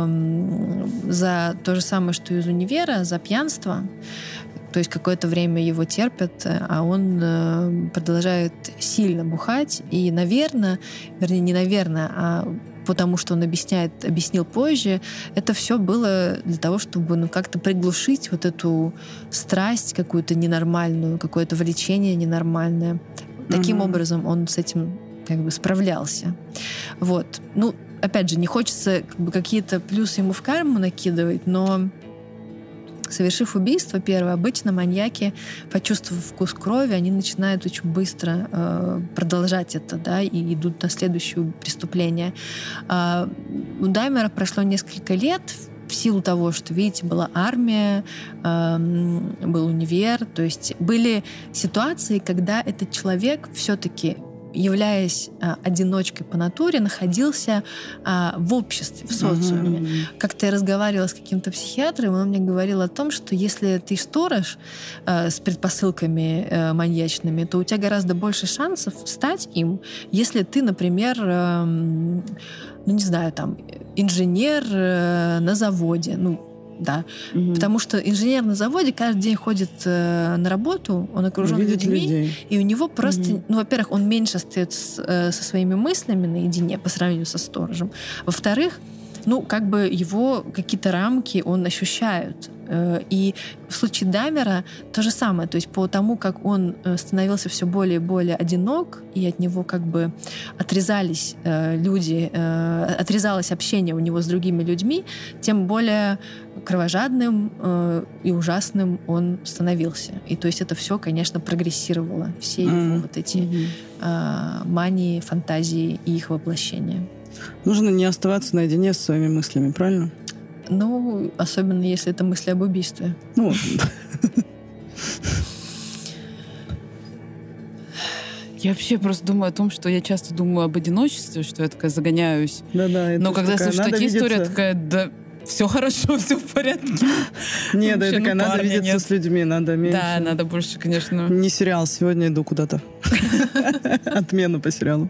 A: за то же самое, что и из универа, за пьянство. То есть какое-то время его терпят, а он продолжает сильно бухать. И, наверное, вернее, не наверное, а потому что он объяснил позже, это все было для того, чтобы как-то приглушить вот эту страсть какую-то ненормальную, какое-то влечение ненормальное. Таким образом он с этим как бы справлялся. Вот. Ну, опять же, не хочется какие-то плюсы ему в карму накидывать, но совершив убийство первое, обычно маньяки, почувствовав вкус крови, они начинают очень быстро продолжать это, да, и идут на следующее преступление. У Даймера прошло несколько лет в силу того, что, видите, была армия, был универ, то есть были ситуации, когда этот человек все-таки, являясь одиночкой по натуре, находился в обществе, в социуме. Как-то я разговаривала с каким-то психиатром, и он мне говорил о том, что если ты сторож с предпосылками маньячными, то у тебя гораздо больше шансов стать им, если ты, например, ну, не знаю, там, инженер на заводе, ну, да. Потому что инженер на заводе каждый день ходит на работу, он окружен людьми, и у него просто, ну, во-первых, он меньше остается со своими мыслями наедине по сравнению со сторожем. Во-вторых, ну, как бы его какие-то рамки он ощущает. И в случае Даймера то же самое. То есть по тому, как он становился все более и более одинок, и от него как бы отрезались люди, отрезалось общение у него с другими людьми, тем более кровожадным и ужасным он становился. И то есть это все, конечно, прогрессировало. Все его вот эти мании, фантазии и их воплощения.
B: Нужно не оставаться наедине со своими мыслями, правильно?
A: Ну, особенно если это мысли об убийстве.
B: Ну,
C: я вообще просто думаю о том, что я часто думаю об одиночестве, что я такая загоняюсь.
B: Да-да.
C: Но когда слышу такие истории, я такая, да, все хорошо, все в порядке.
B: Нет, да, такая, надо видеться с людьми, надо меньше.
C: Да, надо больше, конечно.
B: Не сериал, сегодня иду куда-то. Отмена по сериалу.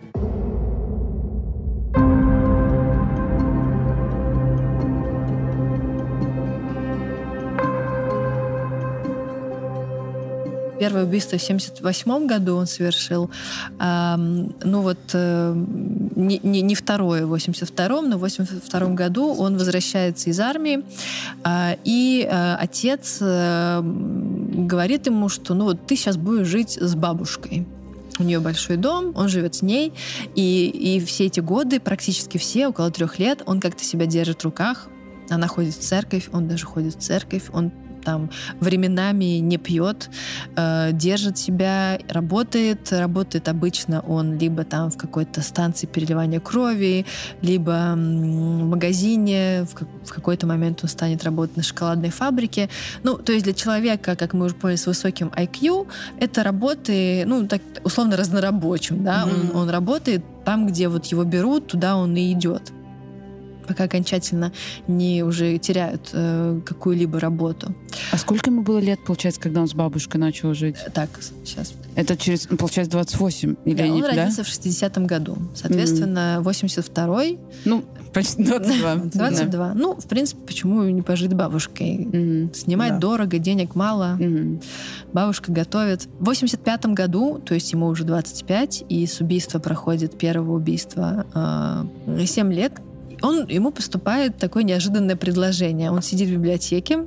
A: Первое убийство в 1978 году он совершил. Ну вот не второе в 1982, но в 1982 году он возвращается из армии, и отец говорит ему, что ну вот ты сейчас будешь жить с бабушкой. У нее большой дом, он живет с ней, и все эти годы, практически все, около 3 лет, он как-то себя держит в руках. Она ходит в церковь, он даже ходит в церковь, он там временами не пьет, держит себя, работает обычно он либо там в какой-то станции переливания крови, либо в магазине, в какой-то момент он станет работать на шоколадной фабрике. Ну, то есть для человека, как мы уже поняли, с высоким IQ, это работы, ну, так условно разнорабочим, да, он работает там, где вот его берут, туда он и идет, пока окончательно не уже теряют какую-либо работу.
C: А сколько ему было лет, получается, когда он с бабушкой начал жить?
A: Так, сейчас.
C: Это через, получается, 28? Или
A: да,
C: не,
A: он родился в 60-м году. Соответственно, 82-й.
C: Ну, почти 22.
A: 22. Ну, в принципе, почему не пожить бабушкой? Снимать дорого, денег мало. Бабушка готовит. В 85-м году, то есть ему уже 25, и с убийства проходит первого убийства 7 лет, ему поступает такое неожиданное предложение. Он сидит в библиотеке,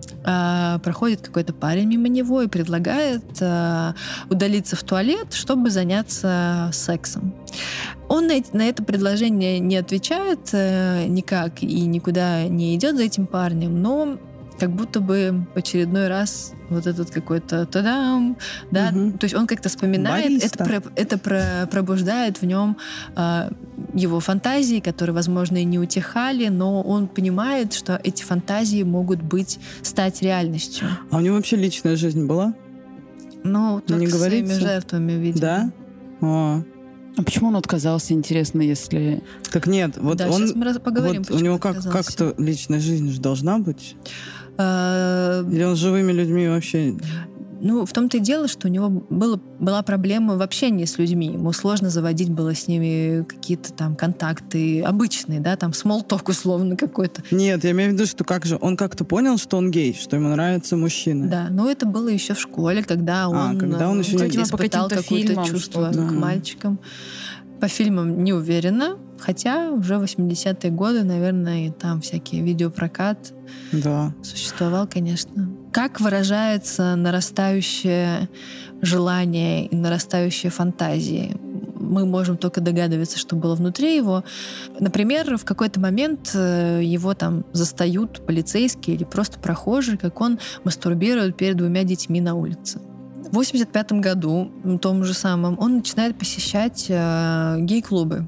A: проходит какой-то парень мимо него и предлагает удалиться в туалет, чтобы заняться сексом. Он на это предложение не отвечает никак и никуда не идет за этим парнем, но как будто бы в очередной раз вот этот какой-то тадам, да, то есть он как-то вспоминает, это пробуждает в нем его фантазии, которые, возможно, и не утихали, но он понимает, что эти фантазии могут стать реальностью.
B: А у него вообще личная жизнь была?
A: Ну, только с своими жертвами, видимо.
B: Да?
C: А почему он отказался, интересно, если...
B: Так нет, вот
A: да,
B: он...
A: сейчас мы поговорим,
B: вот у него как-то личная жизнь же должна быть? Или он с живыми людьми вообще...
A: Ну, в том-то и дело, что у него была проблема в общении с людьми. Ему сложно заводить было с ними какие-то там контакты обычные, да, там small talk условно какой-то.
B: Нет, я имею в виду, что он как-то понял, что он гей, что ему нравятся мужчины.
A: Да, но это было еще в школе, когда он
B: еще не
A: испытал какое-то чувство к мальчикам. По фильмам не уверена, хотя уже 80-е годы, наверное, и там всякие видеопрокат существовал, конечно. Как выражается нарастающее желание и нарастающие фантазии? Мы можем только догадываться, что было внутри его. Например, в какой-то момент его там застают полицейские или просто прохожие, как он мастурбирует перед 2 детьми на улице. В 1985 году, том же самом, он начинает посещать гей-клубы.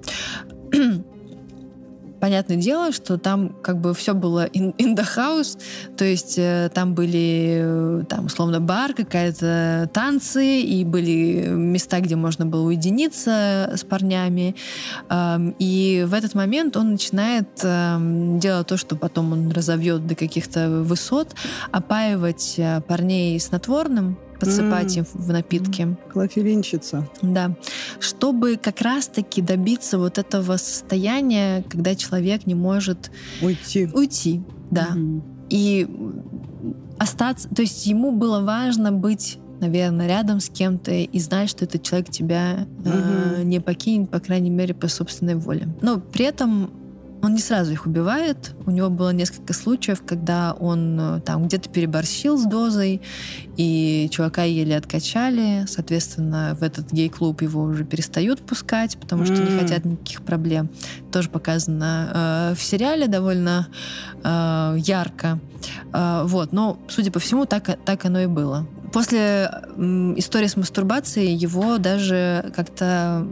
A: Понятное дело, что там как бы все было in the house, то есть там были, там, условно, бар, какая-то танцы, и были места, где можно было уединиться с парнями. И в этот момент он начинает делать то, что потом он разовьет до каких-то высот, опаивать парней снотворным, подсыпать им в напитки.
B: Клофелинщица.
A: Да. Чтобы как раз-таки добиться вот этого состояния, когда человек не может уйти, да. И остаться... То есть ему было важно быть, наверное, рядом с кем-то и знать, что этот человек тебя не покинет, по крайней мере, по собственной воле. Но при этом он не сразу их убивает. У него было несколько случаев, когда он там где-то переборщил с дозой, и чувака еле откачали. Соответственно, в этот гей-клуб его уже перестают пускать, потому что не хотят никаких проблем. Тоже показано в сериале довольно ярко. Вот. Но, судя по всему, так оно и было. После истории с мастурбацией его даже как-то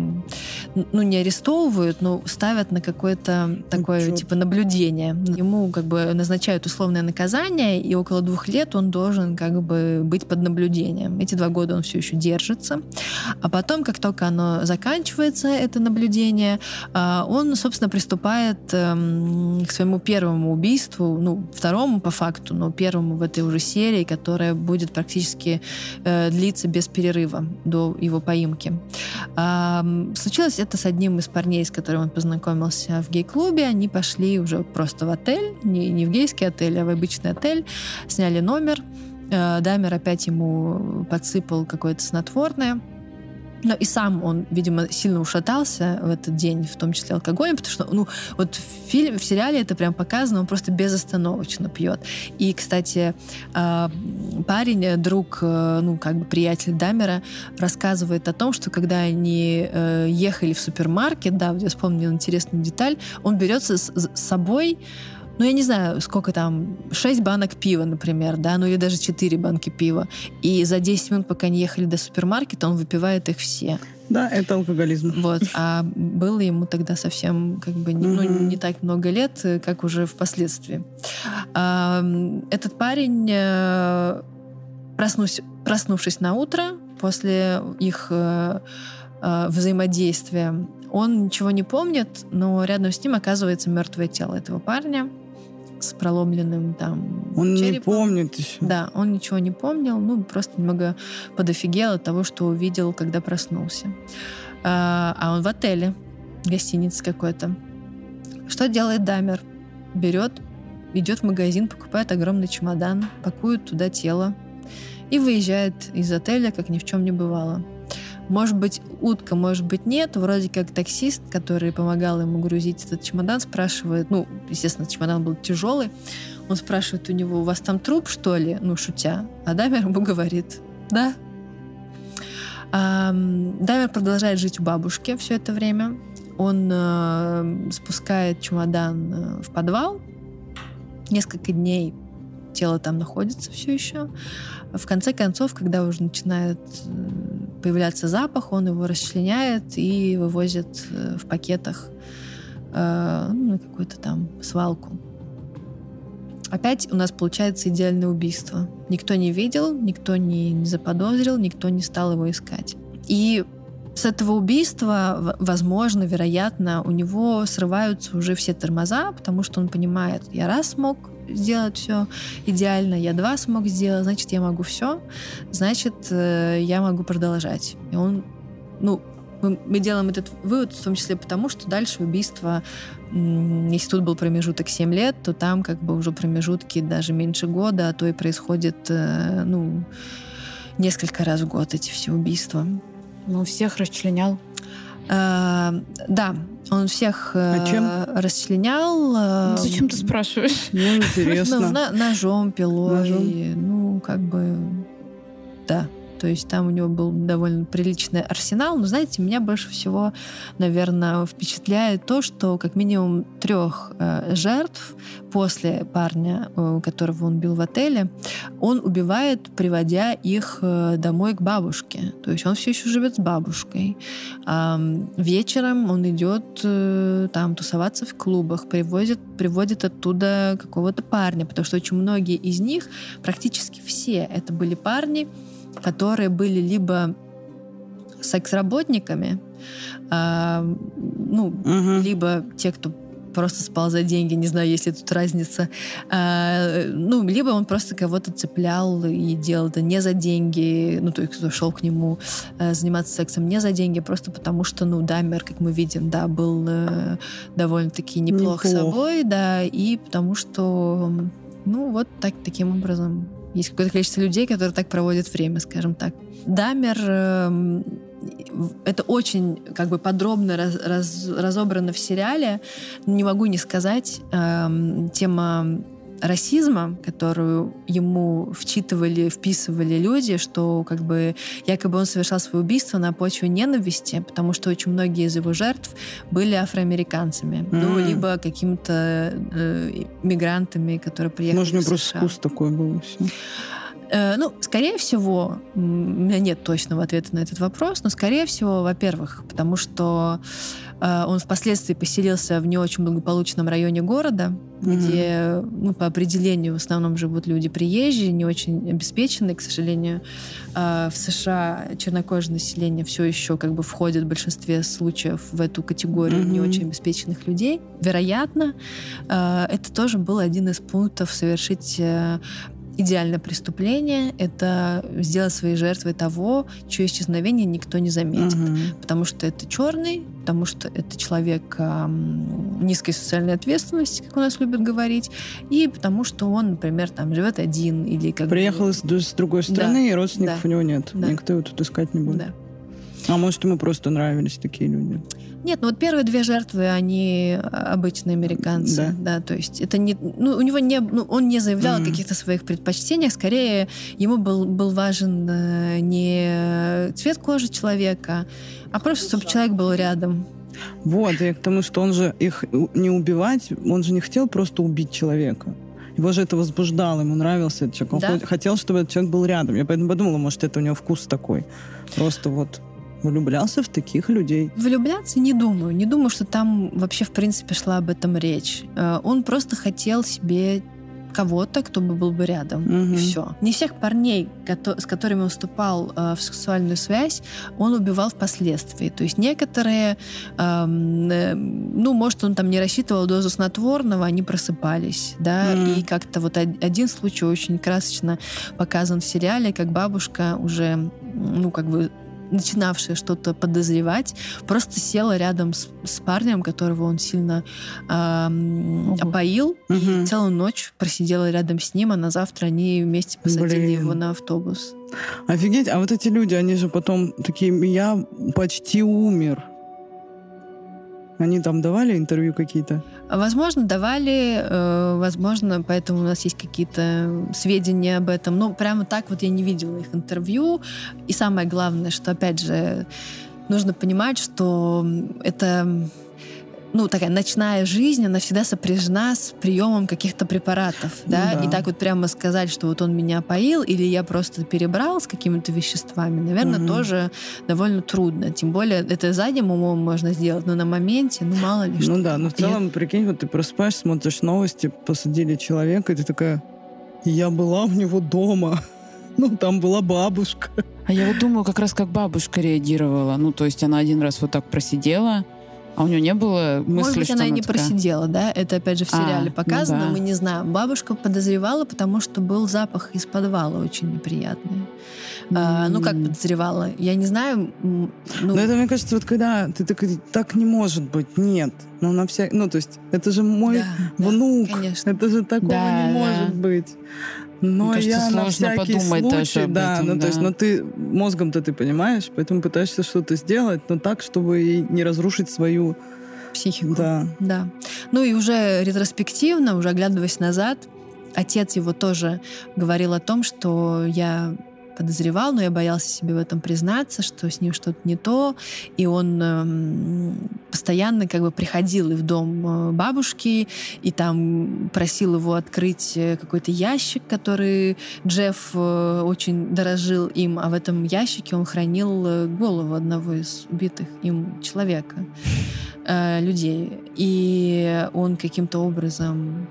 A: не арестовывают, но ставят на какое-то такое типа наблюдение. Ему как бы назначают условное наказание, и около 2 лет он должен как бы быть под наблюдением. Эти 2 года он все еще держится. А потом, как только оно заканчивается, это наблюдение, он, собственно, приступает к своему первому убийству, второму по факту, но первому в этой уже серии, которая будет практически длится без перерыва до его поимки. Случилось это с одним из парней, с которым он познакомился в гей-клубе. Они пошли уже просто в отель, не в гейский отель, а в обычный отель, сняли номер. Дамер опять ему подсыпал какое-то снотворное. Но и сам он, видимо, сильно ушатался в этот день, в том числе алкоголем, потому что, вот в сериале это прям показано, он просто безостановочно пьет. И, кстати, парень, друг, приятель Дамера, рассказывает о том, что когда они ехали в супермаркет, да, вот я вспомнила интересную деталь, он берет с собой, я не знаю, сколько там, 6 банок пива, например, да, или даже 4 банки пива. И за 10 минут, пока они ехали до супермаркета, он выпивает их все.
B: Да, это алкоголизм.
A: Вот. А было ему тогда совсем не так много лет, как уже впоследствии. Этот парень, проснувшись на утро после их взаимодействия, он ничего не помнит, но рядом с ним оказывается мертвое тело этого парня с проломленным там
B: он
A: черепом.
B: Не помнит еще.
A: Да, он ничего не помнил, просто немного подофигел от того, что увидел, когда проснулся. А он в отеле, гостинице какой-то. Что делает Дамер? Идет в магазин, покупает огромный чемодан, пакует туда тело и выезжает из отеля, как ни в чем не бывало. Может быть, утка, может быть, нет. Вроде как таксист, который помогал ему грузить этот чемодан, спрашивает, естественно, чемодан был тяжелый, Он спрашивает у него: у вас там труп, что ли? Ну, шутя. А Дамер ему говорит: да. Дамер продолжает жить у бабушки все это время. Он спускает чемодан в подвал. Несколько дней тело там находится все еще. В конце концов, когда уже начинает появляться запах, он его расчленяет и вывозит в пакетах на какую-то там свалку. Опять у нас получается идеальное убийство. Никто не видел, никто не заподозрил, никто не стал его искать. И с этого убийства, возможно, вероятно, у него срываются уже все тормоза, потому что он понимает: я раз смог сделать все идеально, я два смог сделать, значит, я могу все, значит, я могу продолжать. И он, мы делаем этот вывод в том числе потому, что дальше убийство, если тут был промежуток 7 лет, то там как бы уже промежутки даже меньше года, а то и происходит, несколько раз в год эти все убийства.
C: Он всех расчленял?
A: Да, он всех расчленял.
C: Зачем ты спрашиваешь?
B: Интересно.
A: Ножом, пилой. Да. То есть там у него был довольно приличный арсенал. Но, знаете, меня больше всего, наверное, впечатляет то, что как минимум 3 жертв после парня, которого он бил в отеле, он убивает, приводя их домой к бабушке. То есть он все еще живет с бабушкой. Вечером он идет там тусоваться в клубах, приводит оттуда какого-то парня, потому что очень многие из них, практически все, это были парни, которые были либо секс-работниками, либо те, кто просто спал за деньги, не знаю, есть ли тут разница, либо он просто кого-то цеплял и делал это не за деньги, то есть кто шел к нему заниматься сексом не за деньги, просто потому что, Дамер, как мы видим, да, был довольно-таки неплох собой, да, и потому что, таким образом есть какое-то количество людей, которые так проводят время, скажем так. Дамер это очень подробно разобрано в сериале. Не могу не сказать. Тема расизма, которую ему вписывали люди, что якобы он совершал свое убийство на почве ненависти, потому что очень многие из его жертв были афроамериканцами, либо какими-то мигрантами, которые приехали в США.
B: Может, просто вкус такой был.
A: Скорее всего, у меня нет точного ответа на этот вопрос, но, скорее всего, во-первых, потому что он впоследствии поселился в не очень благополучном районе города, где, по определению, в основном живут люди приезжие, не очень обеспеченные. К сожалению, в США чернокожее население все еще входит в большинстве случаев в эту категорию не очень обеспеченных людей. Вероятно, это тоже был один из пунктов совершить идеальное преступление — это сделать своей жертвой того, чье исчезновение никто не заметит. Потому что это черный, потому что это человек низкой социальной ответственности, как у нас любят говорить, и потому что он, например, там живет один или
B: приехал с другой страны, и родственников у него нет. Никто его тут искать не будет.
A: Да.
B: А может, ему просто нравились такие люди?
A: Нет, первые 2 жертвы, они обычные американцы. Да, то есть это не... у него не... он не заявлял о каких-то своих предпочтениях. Скорее, ему был важен не цвет кожи человека, а просто, чтобы человек был рядом.
B: Вот, и к тому, что он же их не убивать, он же не хотел просто убить человека. Его же это возбуждало, ему нравился этот человек. Он хотел, чтобы этот человек был рядом. Я поэтому подумала, может, это у него вкус такой. Просто влюблялся в таких людей.
A: Влюбляться не думаю. Не думаю, что там вообще, в принципе, шла об этом речь. Он просто хотел себе кого-то, кто был бы рядом. И все. Не всех парней, с которыми он вступал в сексуальную связь, он убивал впоследствии. То есть некоторые, может, он там не рассчитывал дозу снотворного, они просыпались. Да? И как-то один случай очень красочно показан в сериале, как бабушка уже, начинавшая что-то подозревать, просто села рядом с парнем, которого он сильно опоил, и целую ночь просидела рядом с ним, а на завтра они вместе посадили его на автобус.
B: Офигеть, а эти люди, они же потом такие: я почти умер. Они там давали интервью какие-то?
A: Возможно, давали, возможно, поэтому у нас есть какие-то сведения об этом. Но прямо так вот я не видела их интервью. И самое главное, что, опять же, нужно понимать, что это... такая ночная жизнь, она всегда сопряжена с приемом каких-то препаратов, да? И так вот прямо сказать, что вот он меня поил, или я просто перебрал с какими-то веществами, наверное, тоже довольно трудно. Тем более, это задним умом можно сделать, но на моменте, мало ли что.
B: Но в целом, прикинь, вот ты просыпаешься, смотришь новости, посадили человека, и ты такая, я была у него дома. Там была бабушка.
C: А я вот думаю, как раз как бабушка реагировала. То есть она один раз вот так просидела, а у нее не было мысли,
A: Может быть,
C: что
A: она и не
C: такая...
A: просидела, да? Это, опять же, в сериале показано, мы не знаем. Бабушка подозревала, потому что был запах из подвала очень неприятный. Как подозревала? Я не знаю.
B: Но это, мне кажется, вот когда ты так не может быть, нет. То есть это же мой внук.
A: Конечно.
B: Это же такого не может быть. Но я на всякий случай, то есть, ты мозгом-то ты понимаешь, поэтому пытаешься что-то сделать, но так, чтобы не разрушить свою
A: психику.
B: Да.
A: И уже ретроспективно, уже оглядываясь назад, отец его тоже говорил о том, что я подозревал, но я боялся себе в этом признаться, что с ним что-то не то. И он постоянно приходил и в дом бабушки, и там просил его открыть какой-то ящик, который Джефф очень дорожил им, а в этом ящике он хранил голову одного из убитых им человека, людей. И он каким-то образом,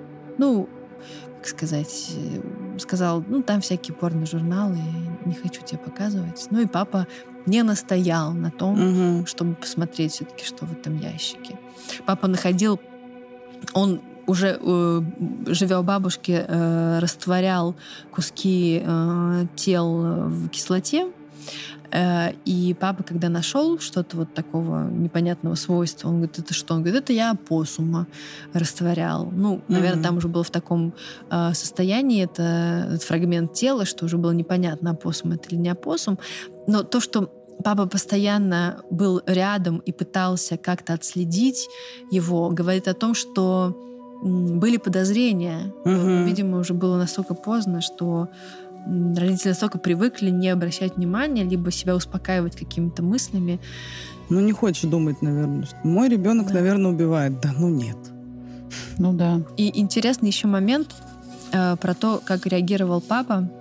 A: сказал, там всякие порно-журналы, не хочу тебе показывать. И папа не настоял на том, чтобы посмотреть все-таки, что в этом ящике. Папа находил, он уже, живя у бабушки, растворял куски тел в кислоте. И папа, когда нашел что-то вот такого непонятного свойства, он говорит, это что? Он говорит, это я опоссума растворял. Наверное, там уже было в таком состоянии этот фрагмент тела, что уже было непонятно, опоссум это или не опоссум. Но то, что папа постоянно был рядом и пытался как-то отследить его, говорит о том, что были подозрения. Видимо, уже было настолько поздно, что родители настолько привыкли не обращать внимания, либо себя успокаивать какими-то мыслями.
B: Не хочешь думать, наверное, что мой ребенок, наверное, убивает. Нет.
C: Да.
A: И интересный еще момент про то, как реагировал папа,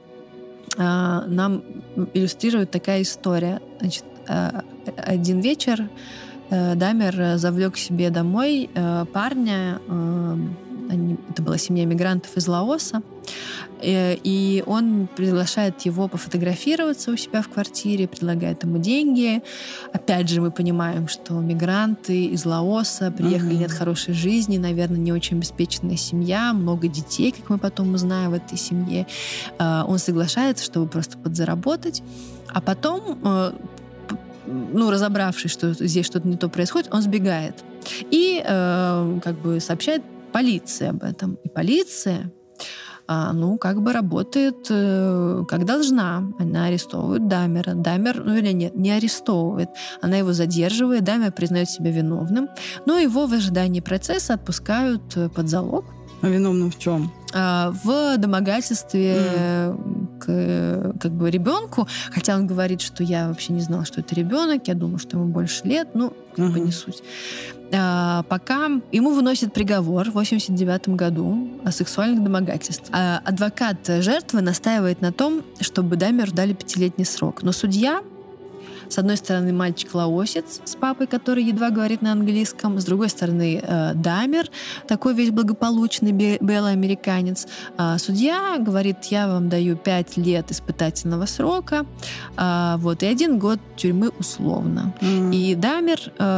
A: нам иллюстрирует такая история. Значит, один вечер Дамер завлек к себе домой парня, это была семья мигрантов из Лаоса, и он приглашает его пофотографироваться у себя в квартире, предлагает ему деньги. Опять же, мы понимаем, что мигранты из Лаоса приехали не от хорошей жизни, наверное, не очень обеспеченная семья, много детей, как мы потом узнаем в этой семье. Он соглашается, чтобы просто подзаработать, а потом, разобравшись, что здесь что-то не то происходит, он сбегает и сообщает полиции об этом. И полиция работает как должна. Она арестовывает Дамера. Дамер, не арестовывает. Она его задерживает. Дамер признает себя виновным. Но его в ожидании процесса отпускают под залог.
B: А виновным в чем?
A: В домогательстве к ребенку. Хотя он говорит, что я вообще не знала, что это ребенок. Я думала, что ему больше лет. Не суть. Пока ему выносят приговор в 1989 году о сексуальных домогательствах. Адвокат жертвы настаивает на том, чтобы Дамеру дали 5-летний срок. Но судья, с одной стороны, мальчик-лаосец с папой, который едва говорит на английском, с другой стороны, Дамер, такой весь благополучный белый американец. Судья говорит, я вам даю 5 лет испытательного срока, и 1 год тюрьмы условно. И Дамер,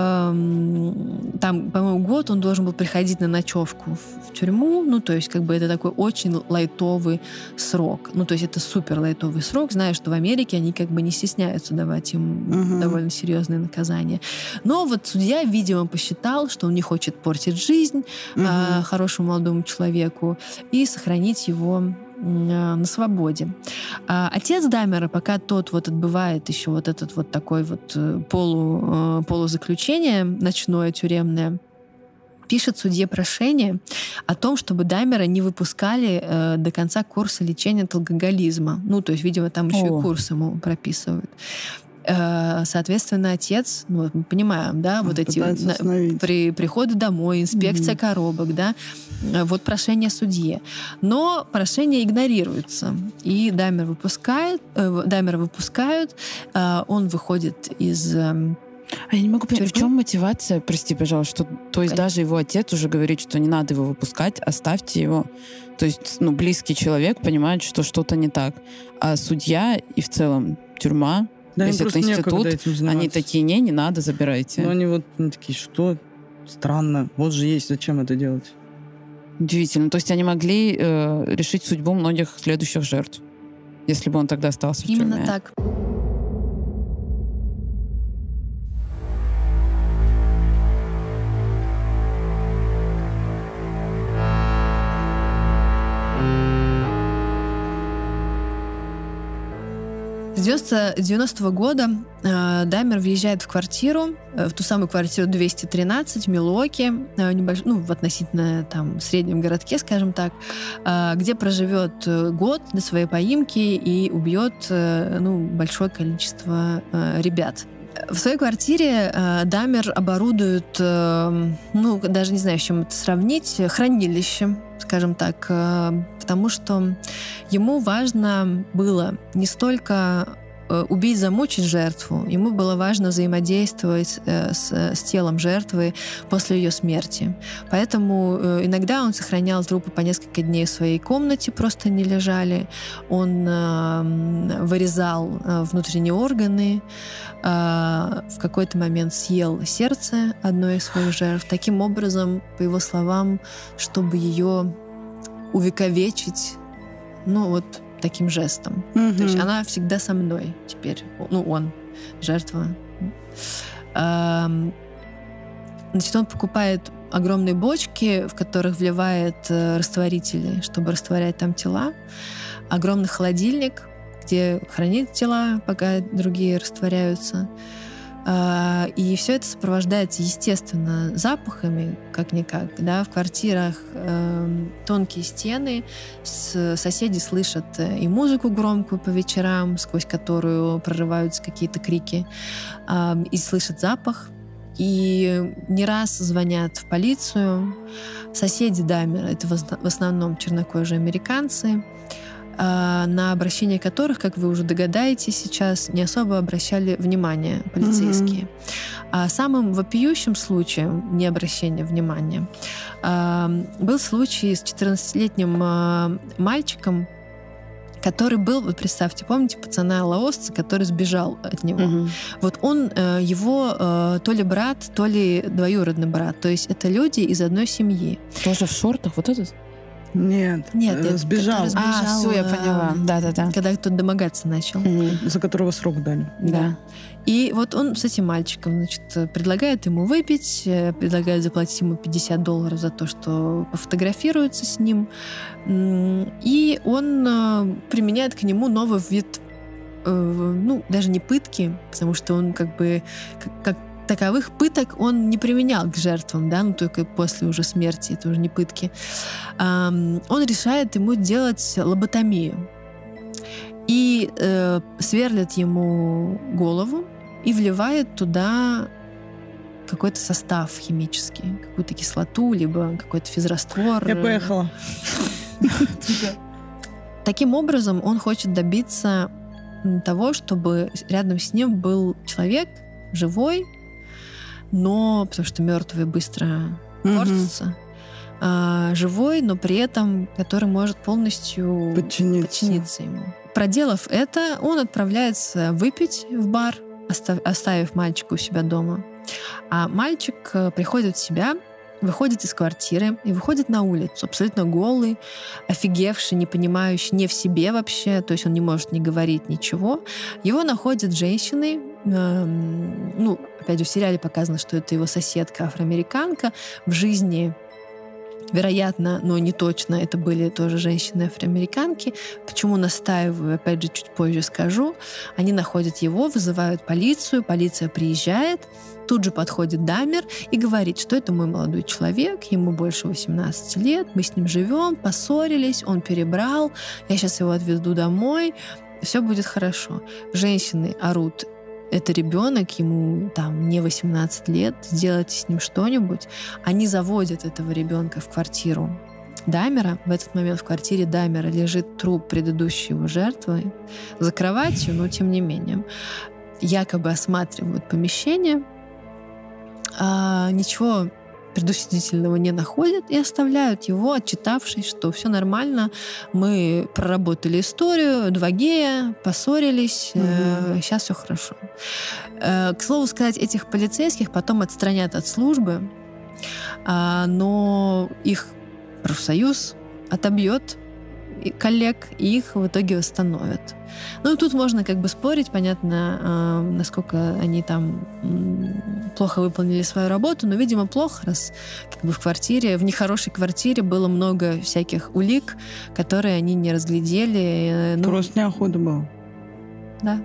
A: там, по-моему, год он должен был приходить на ночевку в тюрьму, то есть это такой очень лайтовый срок. То есть это супер лайтовый срок, зная, что в Америке они не стесняются давать им довольно серьезные наказания. Но судья, видимо, посчитал, что он не хочет портить жизнь хорошему молодому человеку и сохранить его на свободе. Отец Даммера, пока тот вот отбывает еще вот этот вот такой вот полузаключение ночное, тюремное, пишет судье прошение о том, чтобы Даммера не выпускали до конца курса лечения от алкоголизма. Ну, то есть, видимо, там еще и курс ему прописывают. Соответственно, отец, ну, мы понимаем, да, вот эти приходы домой, инспекция коробок, да, вот прошение судье. Но прошение игнорируется. И Даммера выпускают, он выходит из...
C: А я не могу понять, в чем мотивация, прости, пожалуйста, что, то есть даже его отец уже говорит, что не надо его выпускать, оставьте его. То есть, ну, близкий человек понимает, что что-то не так. А судья и в целом тюрьма,
B: да,
C: если это институт, они такие, не надо, забирайте.
B: Но они вот такие, что? Странно. Вот же есть, зачем это делать?
C: Удивительно. То есть они могли решить судьбу многих следующих жертв, если бы он тогда остался в тюрьме.
A: Именно так. С 90-го года Даммер въезжает в квартиру, в ту самую квартиру 213 в Милуоки, в относительно там среднем городке, скажем так, где проживет год до своей поимки и убьет большое количество ребят. В своей квартире Даммер оборудует, даже не знаю, с чем это сравнить, хранилище, скажем так, потому что ему важно было не столько убить, замучить жертву, ему было важно взаимодействовать с телом жертвы после ее смерти. Поэтому иногда он сохранял трупы по несколько дней в своей комнате, просто не лежали. Он вырезал внутренние органы, в какой-то момент съел сердце одной из своих жертв. Таким образом, по его словам, чтобы ее увековечить, таким жестом. То есть она всегда со мной теперь. Он, жертва. Значит, он покупает огромные бочки, в которых вливает растворители, чтобы растворять там тела. Огромный холодильник, где хранит тела, пока другие растворяются. И все это сопровождается, естественно, запахами, как-никак. Да? В квартирах тонкие стены, соседи слышат и музыку громкую по вечерам, сквозь которую прорываются какие-то крики, и слышат запах. И не раз звонят в полицию. Соседи Даммера — это в основном чернокожие американцы, на обращение которых, как вы уже догадаетесь сейчас, не особо обращали внимание полицейские. А самым вопиющим случаем необращения внимания был случай с 14-летним мальчиком, который был, вот представьте, помните пацана лаосца, который сбежал от него? Вот он, его то ли брат, то ли двоюродный брат. То есть это люди из одной семьи.
C: Тоже в шортах? Вот этот?
A: Нет,
B: сбежал.
C: Все, я поняла. Да.
A: Когда кто-то домогаться начал.
B: За которого срок дали.
A: Да. И вот он с этим мальчиком, значит, предлагает ему выпить, предлагает заплатить ему $50 за то, что пофотографируется с ним. И он применяет к нему новый вид, даже не пытки, потому что он как таковых пыток он не применял к жертвам, да, только после уже смерти, это уже не пытки. Он решает ему делать лоботомию. И сверлит ему голову и вливает туда какой-то состав химический, какую-то кислоту, либо какой-то физраствор.
B: Я поехала.
A: Таким образом, он хочет добиться того, чтобы рядом с ним был человек живой, но, потому что мертвые быстро портятся, живой, но при этом который может полностью подчиниться ему. Проделав это, он отправляется выпить в бар, оставив мальчика у себя дома. А мальчик приходит в себя, выходит из квартиры и выходит на улицу, абсолютно голый, офигевший, не понимающий, не в себе вообще, то есть он не может ни говорить, ничего. Его находят женщины, опять же, в сериале показано, что это его соседка, афроамериканка. В жизни вероятно, но не точно, это были тоже женщины-афроамериканки. Почему настаиваю, опять же, чуть позже скажу. Они находят его, вызывают полицию, полиция приезжает, тут же подходит Даммер и говорит, что это мой молодой человек, ему больше 18 лет, мы с ним живем, поссорились, он перебрал, я сейчас его отвезу домой, все будет хорошо. Женщины орут, это ребенок, ему там не 18 лет, сделайте с ним что-нибудь. Они заводят этого ребенка в квартиру Даммера. В этот момент в квартире Даммера лежит труп предыдущей его жертвы за кроватью, но тем не менее. Якобы осматривают помещение, ничего предусудительного не находят и оставляют его, отчитавшись, что все нормально, мы проработали историю, 2 гея, поссорились, сейчас все хорошо. К слову сказать, этих полицейских потом отстранят от службы, но их профсоюз отобьет коллег, и их в итоге восстановят. Ну, тут можно как бы спорить, понятно, насколько они там плохо выполнили свою работу, но, видимо, плохо, раз как бы в квартире, в нехорошей квартире было много всяких улик, которые они не разглядели.
B: Просто неохота было.
A: Да.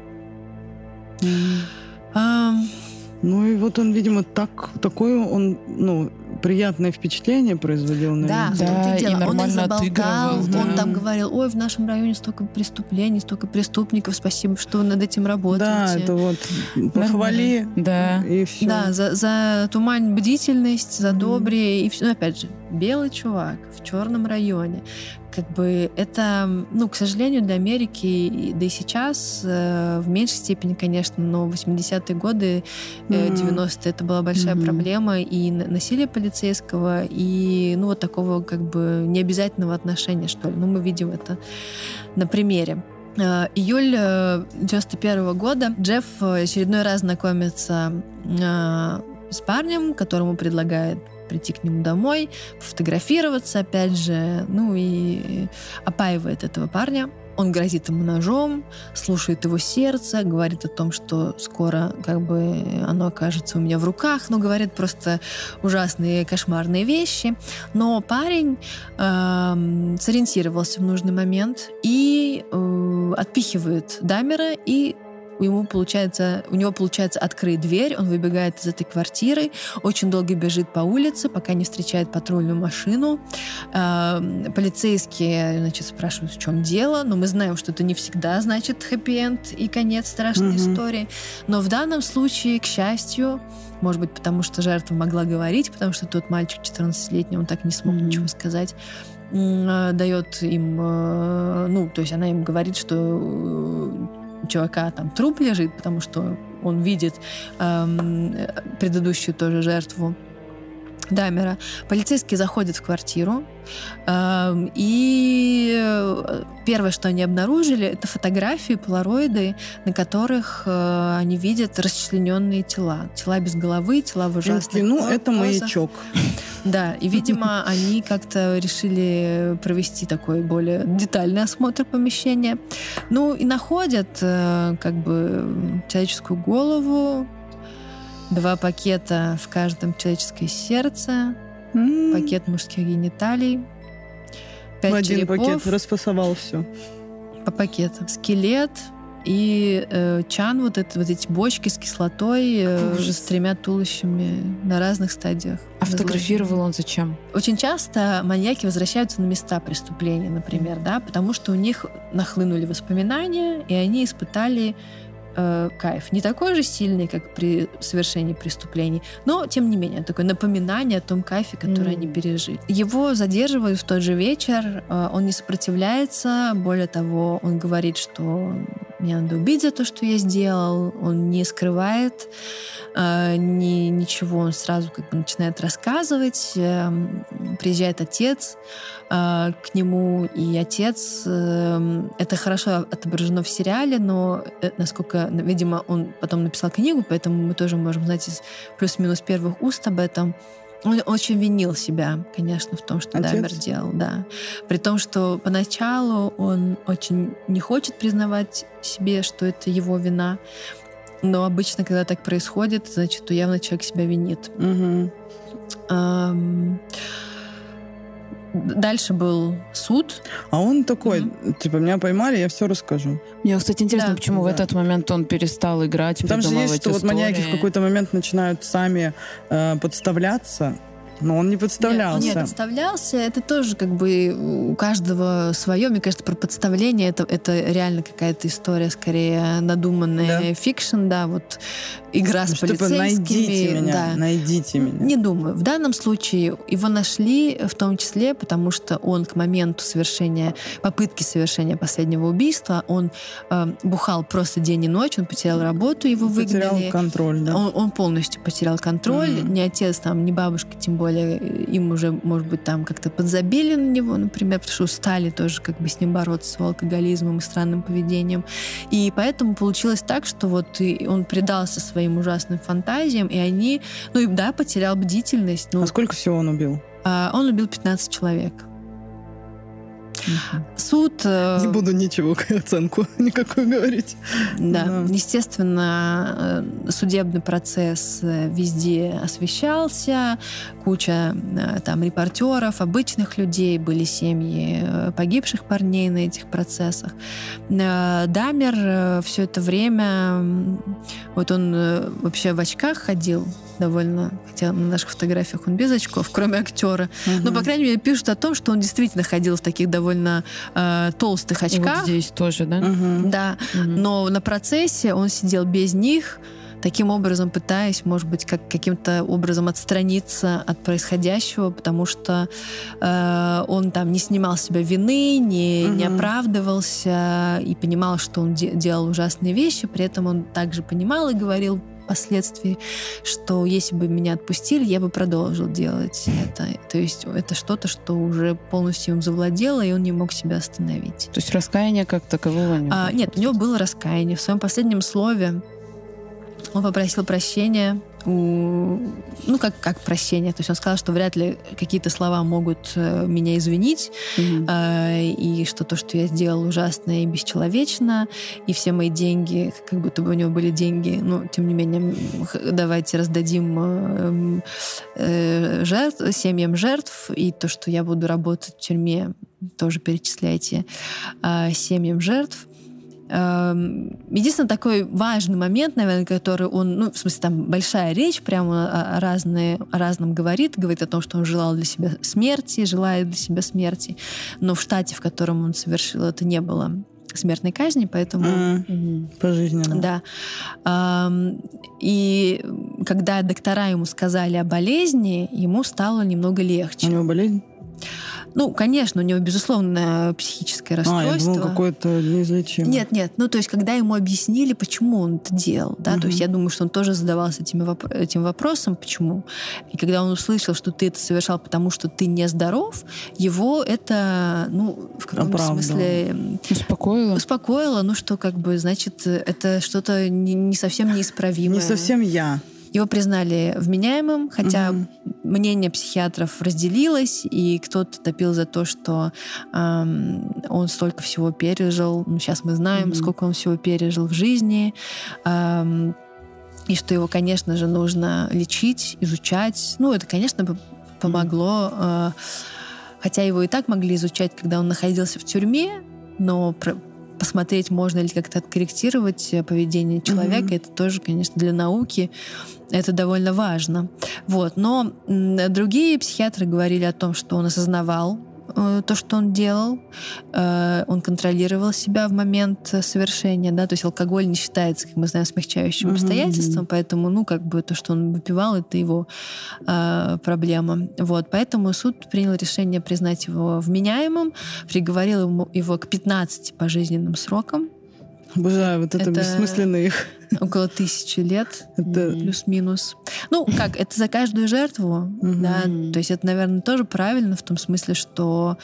B: Ну и вот он, видимо, такое он, приятное впечатление производил на
A: людей.
C: Да, и нормально
A: отыгрывал. Он там говорил, ой, в нашем районе столько преступлений, столько преступников, спасибо, что вы над этим работаете.
B: Да, это вот похвали,
C: да.
B: И все.
A: Да, за тумань бдительность, за добрее, и все. Ну, опять же, белый чувак в черном районе. Как бы это, к сожалению, для Америки, да и сейчас, в меньшей степени, конечно, но в 80-е годы, 90-е, это была большая проблема, и насилие полицейского, и, вот такого, как бы, необязательного отношения, что ли. Мы видим это на примере. Июль 91 года Джефф очередной раз знакомится с парнем, которому предлагает прийти к нему домой, пофотографироваться, опять же, и опаивает этого парня. Он грозит ему ножом, слушает его сердце, говорит о том, что скоро как бы оно окажется у меня в руках, говорит просто ужасные, кошмарные вещи. Но парень сориентировался в нужный момент и отпихивает Даммера, и у него получается открыть дверь, он выбегает из этой квартиры, очень долго бежит по улице, пока не встречает патрульную машину. Полицейские, спрашивают, в чем дело, но мы знаем, что это не всегда значит хэппи-энд и конец страшной истории. Но в данном случае, к счастью, может быть, потому что жертва могла говорить, потому что тот мальчик 14-летний, он так не смог ничего сказать, дает им, то есть она им говорит, что чувака там труп лежит, потому что он видит предыдущую тоже жертву Даммера. Полицейские заходят в квартиру, и первое, что они обнаружили, это фотографии, полароиды, на которых они видят расчлененные тела. Тела без головы, тела в ужасных позах.
B: Это маячок.
A: Да, и, видимо, они как-то решили провести такой более детальный осмотр помещения. И находят человеческую голову, 2 пакета в каждом человеческое сердце, пакет мужских гениталий, 5 черепов.
B: В один пакет расфасовал все.
A: По пакету. Скелет и чан, эти бочки с кислотой с 3 туловищами на разных стадиях.
C: А фотографировал он зачем?
A: Очень часто маньяки возвращаются на места преступления, например, потому что у них нахлынули воспоминания, и они испытали кайф. Не такой же сильный, как при совершении преступлений, но, тем не менее, такое напоминание о том кайфе, который они пережили. Его задерживают в тот же вечер, он не сопротивляется, более того, он говорит, что меня надо убить за то, что я сделал, он не скрывает ничего, он сразу начинает рассказывать. Приезжает отец к нему, и отец... Это хорошо отображено в сериале, но насколько, видимо, он потом написал книгу, поэтому мы тоже можем знать из плюс-минус первых уст об этом. Он очень винил себя, конечно, в том, что Даммер делал, да. При том, что поначалу он очень не хочет признавать себе, что это его вина. Но обычно, когда так происходит, значит, то явно человек себя винит. Дальше был суд.
B: А он такой, типа, меня поймали, я все расскажу.
C: Мне, кстати, интересно, почему в этот момент он перестал играть,
B: там же есть, что
C: истории.
B: Вот маньяки в какой-то момент начинают сами подставляться. Но он не подставлялся.
A: Нет, подставлялся. Это тоже как бы у каждого свое. Мне кажется, про подставление это реально какая-то история, скорее надуманная, фикшн, да, вот игра с полицейскими.
B: Найдите меня, найдите меня.
A: Не думаю. В данном случае его нашли в том числе, потому что он к моменту попытки совершения последнего убийства, он бухал просто день и ночь, он потерял работу, его выгнали.
B: Потерял контроль, да.
A: Он полностью потерял контроль. Ни отец, там, ни бабушка, тем более, им уже, может быть, там как-то подзабили на него, например, потому что устали тоже как бы с ним бороться, с алкоголизмом и странным поведением. И поэтому получилось так, что вот он предался своим ужасным фантазиям, и они, потерял бдительность.
B: А сколько всего он убил?
A: Он убил 15 человек. Суд...
B: Не буду ничего, оценку никакую говорить.
A: Да. Естественно, судебный процесс везде освещался, куча там репортеров, обычных людей, были семьи погибших парней на этих процессах. Дамер все это время, вот он вообще в очках ходил довольно, хотя на наших фотографиях он без очков, кроме актера. Но, по крайней мере, пишут о том, что он действительно ходил в таких довольно толстых очках.
C: И вот здесь тоже, да?
A: Да. Но на процессе он сидел без них, таким образом пытаясь, может быть, каким-то образом отстраниться от происходящего, потому что он там не снимал с себя вины, не оправдывался и понимал, что он делал ужасные вещи, при этом он также понимал и говорил впоследствии, что если бы меня отпустили, я бы продолжил делать это. То есть это что-то, что уже полностью им завладело, и он не мог себя остановить.
C: То есть раскаяния как такового не было?
A: Нет, у него было раскаяние. В своем последнем слове он попросил прощения как прощение. То есть он сказал, что вряд ли какие-то слова могут меня извинить, и что то, что я сделал, ужасно и бесчеловечно, и все мои деньги, как будто бы у него были деньги, но тем не менее давайте раздадим семьям жертв, и то, что я буду работать в тюрьме, тоже перечисляйте семьям жертв. Единственный такой важный момент, наверное, который он, в смысле, там большая речь, прямо о разном говорит о том, что он желал для себя смерти, желает для себя смерти, но в штате, в котором он совершил это, не было смертной казни, поэтому...
B: Пожизненно.
A: Да. И когда доктора ему сказали о болезни, ему стало немного легче.
B: У него болезнь?
A: Конечно, у него, безусловно, психическое расстройство.
B: Я думал, какое-то неизлечимое.
A: Нет. То есть, когда ему объяснили, почему он это делал, да, то есть я думаю, что он тоже задавался этим вопросом, почему. И когда он услышал, что ты это совершал, потому что ты нездоров, его это, в каком-то смысле... Успокоило, что, значит, это что-то не совсем неисправимое.
B: Не совсем я.
A: Его признали вменяемым, хотя мнение психиатров разделилось, и кто-то топил за то, что он столько всего пережил. Сейчас мы знаем, сколько он всего пережил в жизни, и что его, конечно же, нужно лечить, изучать. Это, конечно, бы помогло, хотя его и так могли изучать, когда он находился в тюрьме, но посмотреть, можно ли как-то откорректировать поведение человека, это тоже, конечно, для науки это довольно важно. Но другие психиатры говорили о том, что он осознавал то, что он делал, он контролировал себя в момент совершения, да, то есть алкоголь не считается, как мы знаем, смягчающим обстоятельством, поэтому, то, что он выпивал, это его проблема. Поэтому суд принял решение признать его вменяемым, приговорил его к 15 пожизненным срокам.
B: Обожаю, это бессмысленные их.
A: Около 1000 лет, плюс-минус. Это за каждую жертву, да, то есть это, наверное, тоже правильно в том смысле, что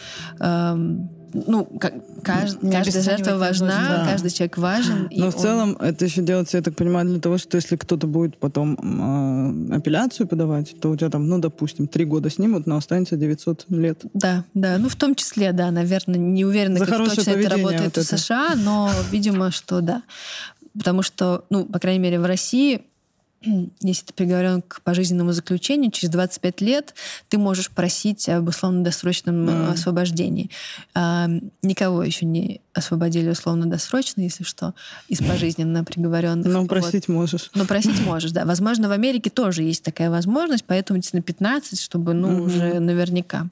A: каждая жертва важна, каждый человек важен.
B: Но в целом это еще делается, я так понимаю, для того, что если кто-то будет потом апелляцию подавать, то у тебя там, допустим, 3 года снимут, но останется 900 лет.
A: Да, ну в том числе, да, наверное, не уверена, как точно это работает в США, но, видимо, что да. Потому что, по крайней мере, в России если ты приговорен к пожизненному заключению, через 25 лет ты можешь просить об условно-досрочном освобождении. Никого еще не освободили условно-досрочно, если что, из пожизненно приговоренных.
B: Но просить можешь.
A: Но просить можешь, да. Возможно, в Америке тоже есть такая возможность, поэтому действительно 15, чтобы, уже наверняка.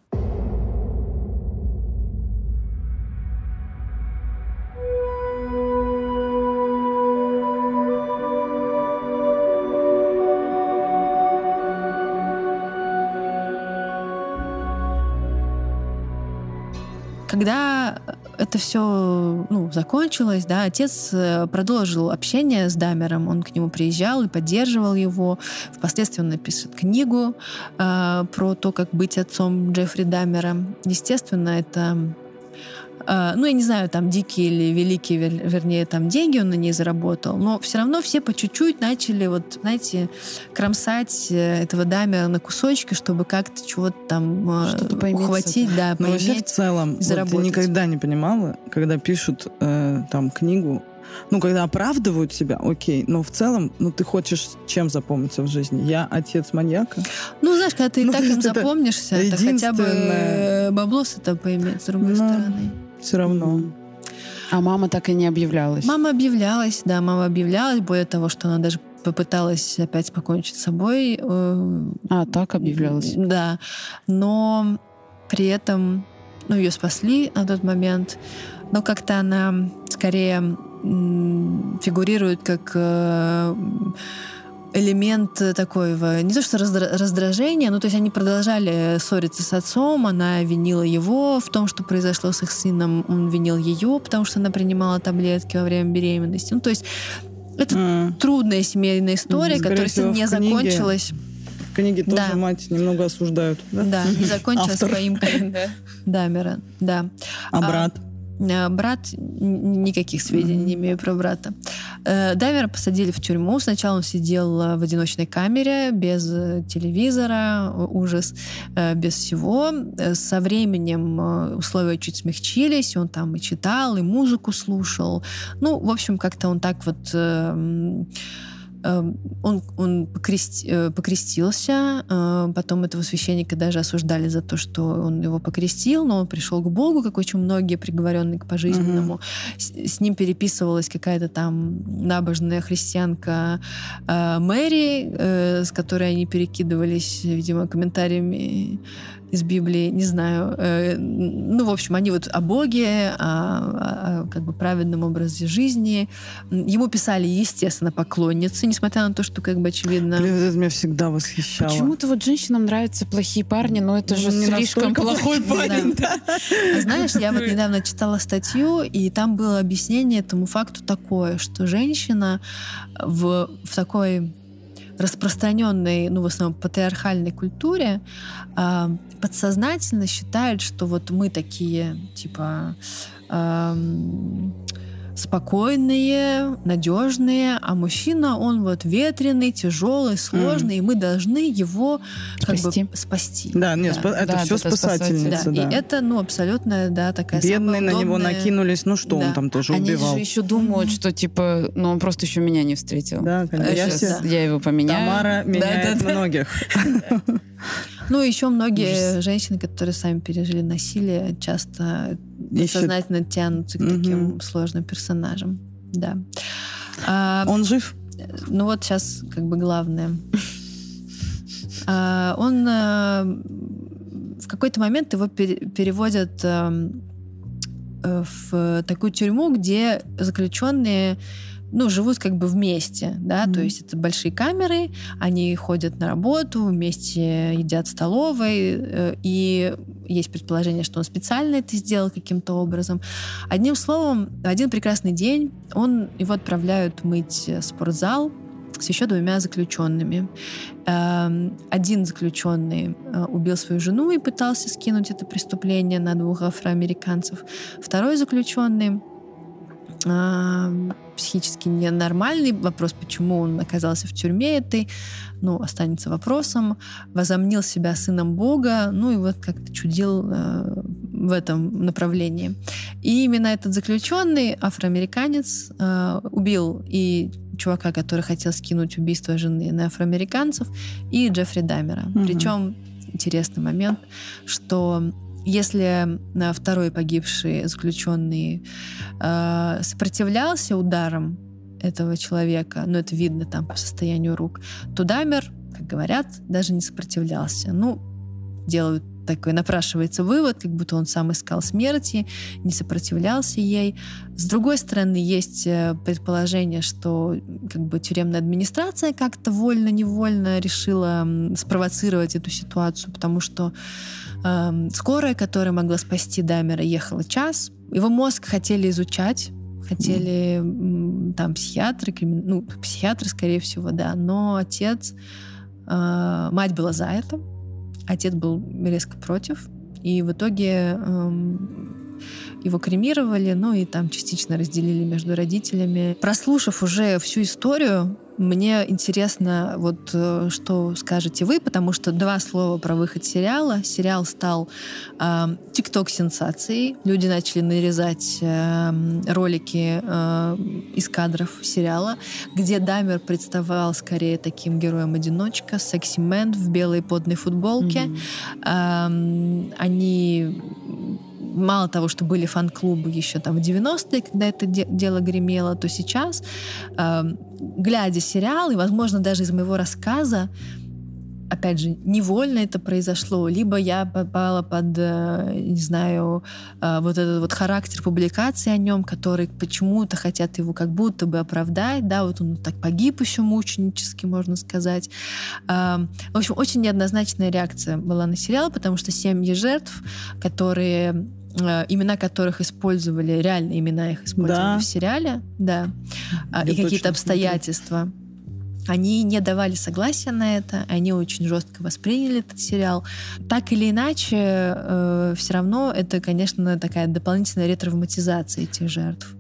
A: Когда это все закончилось, да, отец продолжил общение с Дамером, он к нему приезжал и поддерживал его. Впоследствии он напишет книгу про то, как быть отцом Джеффри Дамера. Естественно, это... я не знаю, там дикие или великие, вернее, там деньги он на ней заработал, но все равно все по чуть-чуть начали, кромсать этого Дамера на кусочки, чтобы как-то чего-то там ухватить, да,
B: но вообще в целом, я никогда не понимала, когда пишут там книгу, когда оправдывают себя, окей, но в целом, ты хочешь чем запомниться в жизни? Я отец маньяка?
A: Знаешь, когда ты так им запомнишься, это хотя бы бабло с этого поиметь, с другой стороны.
B: Все равно.
C: А мама так и не объявлялась?
A: Мама объявлялась. Более того, что она даже попыталась опять покончить с собой.
C: Так объявлялась?
A: Да. Но при этом, ее спасли на тот момент, но как-то она скорее фигурирует как элемент такого, не то что раздражения, то есть они продолжали ссориться с отцом, она винила его в том, что произошло с их сыном, он винил ее, потому что она принимала таблетки во время беременности. То есть это трудная семейная история, которая не закончилась.
B: В книге тоже мать немного осуждают.
A: Да, не закончилась поимкой Дамера. Да.
B: А брат?
A: Брат, никаких сведений не имею про брата. Дамера посадили в тюрьму. Сначала он сидел в одиночной камере, без телевизора, ужас, без всего. Со временем условия чуть смягчились, он там и читал, и музыку слушал. В общем, как-то он так он покрестился, потом этого священника даже осуждали за то, что он его покрестил, но он пришел к Богу, как очень многие приговоренные к пожизненному. С ним переписывалась какая-то там набожная христианка Мэри, с которой они перекидывались, видимо, комментариями из Библии, не знаю. В общем, они о Боге, о праведном образе жизни. Ему писали, естественно, поклонницы, несмотря на то, что очевидно...
B: Это меня всегда восхищало.
C: Почему-то женщинам нравятся плохие парни, но это же слишком плохой парень.
A: Да. Знаешь, я недавно читала статью, и там было объяснение этому факту такое, что женщина в такой распространенной, в основном патриархальной культуре подсознательно считает, что мы такие, спокойные, надежные, а мужчина, он ветреный, тяжелый, сложный, и мы должны его спасти.
B: Да, нет, это все спасательница.
A: Да. И это, абсолютно, такая
B: бедные
A: самая удобная...
B: на него накинулись, он там тоже убивал.
C: Они же еще думают, что, он просто еще меня не встретил.
B: Да, конечно.
C: Я его поменяю.
B: Тамара меняет многих.
A: Еще многие женщины, которые сами пережили насилие, часто сознательно тянутся к таким сложным персонажам. Да.
B: Он жив?
A: Сейчас главное. Он в какой-то момент его переводят в такую тюрьму, где заключенные живут вместе, да, то есть это большие камеры, они ходят на работу, вместе едят в столовой, и есть предположение, что он специально это сделал каким-то образом. Одним словом, в один прекрасный день его отправляют мыть спортзал с еще 2 заключенными. Один заключенный убил свою жену и пытался скинуть это преступление на 2 афроамериканцев. Второй заключенный психически ненормальный. Вопрос, почему он оказался в тюрьме этой, останется вопросом. Возомнил себя сыном Бога, и как-то чудил в этом направлении. И именно этот заключенный, афроамериканец, убил и чувака, который хотел скинуть убийство жены на афроамериканцев, и Джеффри Даммера. Причем интересный момент, что если второй погибший заключенный сопротивлялся ударам этого человека, ну, это видно там по состоянию рук, то Даммер, как говорят, даже не сопротивлялся. Ну, делают такой, напрашивается вывод, как будто он сам искал смерти, не сопротивлялся ей. С другой стороны, есть предположение, что как бы тюремная администрация как-то вольно-невольно решила спровоцировать эту ситуацию, потому что скорая, которая могла спасти Даммера, ехала час. Его мозг хотели изучать, хотели там психиатры, психиатры, скорее всего, да, но отец, мать была за это, отец был резко против, и в итоге его кремировали, ну и там частично разделили между родителями. Прослушав уже всю историю, мне интересно, вот что скажете вы, потому что 2 слова про выход сериала. Сериал стал тикток-сенсацией. Люди начали нарезать ролики из кадров сериала, где Даммер представал скорее таким героем-одиночка, секси-мен в белой потной футболке. Они... Мало того, что были фан-клубы еще там в 90-е, когда это дело гремело, то сейчас, глядя сериал, и, возможно, даже из моего рассказа, опять же, невольно это произошло, либо я попала под, не знаю, вот этот вот характер публикации о нем, который почему-то хотят его как будто бы оправдать, да, вот он так погиб еще мученически, можно сказать. В общем, очень неоднозначная реакция была на сериал, потому что семьи жертв, имена которых использовали, реально имена их использовали в сериале, да, и какие-то обстоятельства. Они не давали согласия на это, они очень жестко восприняли этот сериал. Так или иначе, все равно это, конечно, такая дополнительная ретравматизация этих жертв.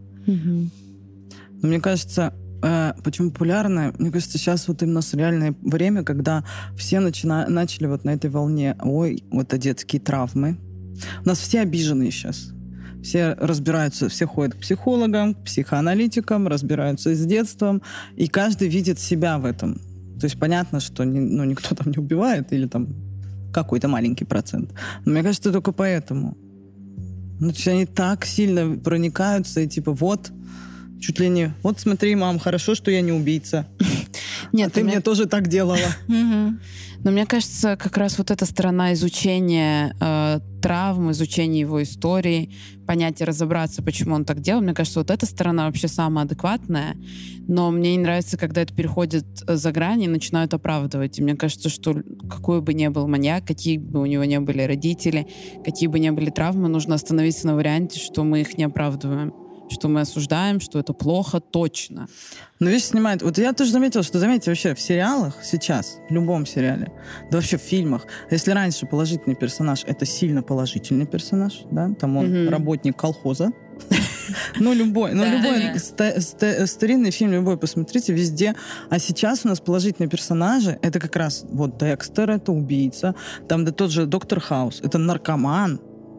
B: Но мне кажется, почему популярное? Мне кажется, сейчас вот именно сериальное время, когда все начали вот на этой волне, ой, вот это детские травмы. У нас все обиженные сейчас. Все разбираются, все ходят к психологам, к психоаналитикам, разбираются с детством, и каждый видит себя в этом. То есть понятно, что никто там не убивает, или там какой-то маленький процент. Но мне кажется, только поэтому. То есть они так сильно проникаются, и типа вот, чуть ли не, вот смотри, мам, хорошо, что я не убийца. Нет, ты мне тоже так делала.
C: Но мне кажется, как раз вот эта сторона изучения травм, изучения его истории, понять и разобраться, почему он так делал, мне кажется, вот эта сторона вообще самая адекватная. Но мне не нравится, когда это переходит за грани и начинают оправдывать. И мне кажется, что какой бы ни был маньяк, какие бы у него ни были родители, какие бы ни были травмы, нужно остановиться на варианте, что мы их не оправдываем, что мы осуждаем, что это плохо, точно.
B: Но видишь, снимают... Вот я тоже заметила, что, заметьте, вообще в сериалах сейчас, в любом сериале, да вообще в фильмах, если раньше положительный персонаж — это сильно положительный персонаж, да, там он работник колхоза, любой старинный фильм, любой посмотрите, везде. А сейчас у нас положительные персонажи — это как раз вот Декстер, это убийца, там да тот же Доктор Хаус, это наркоман,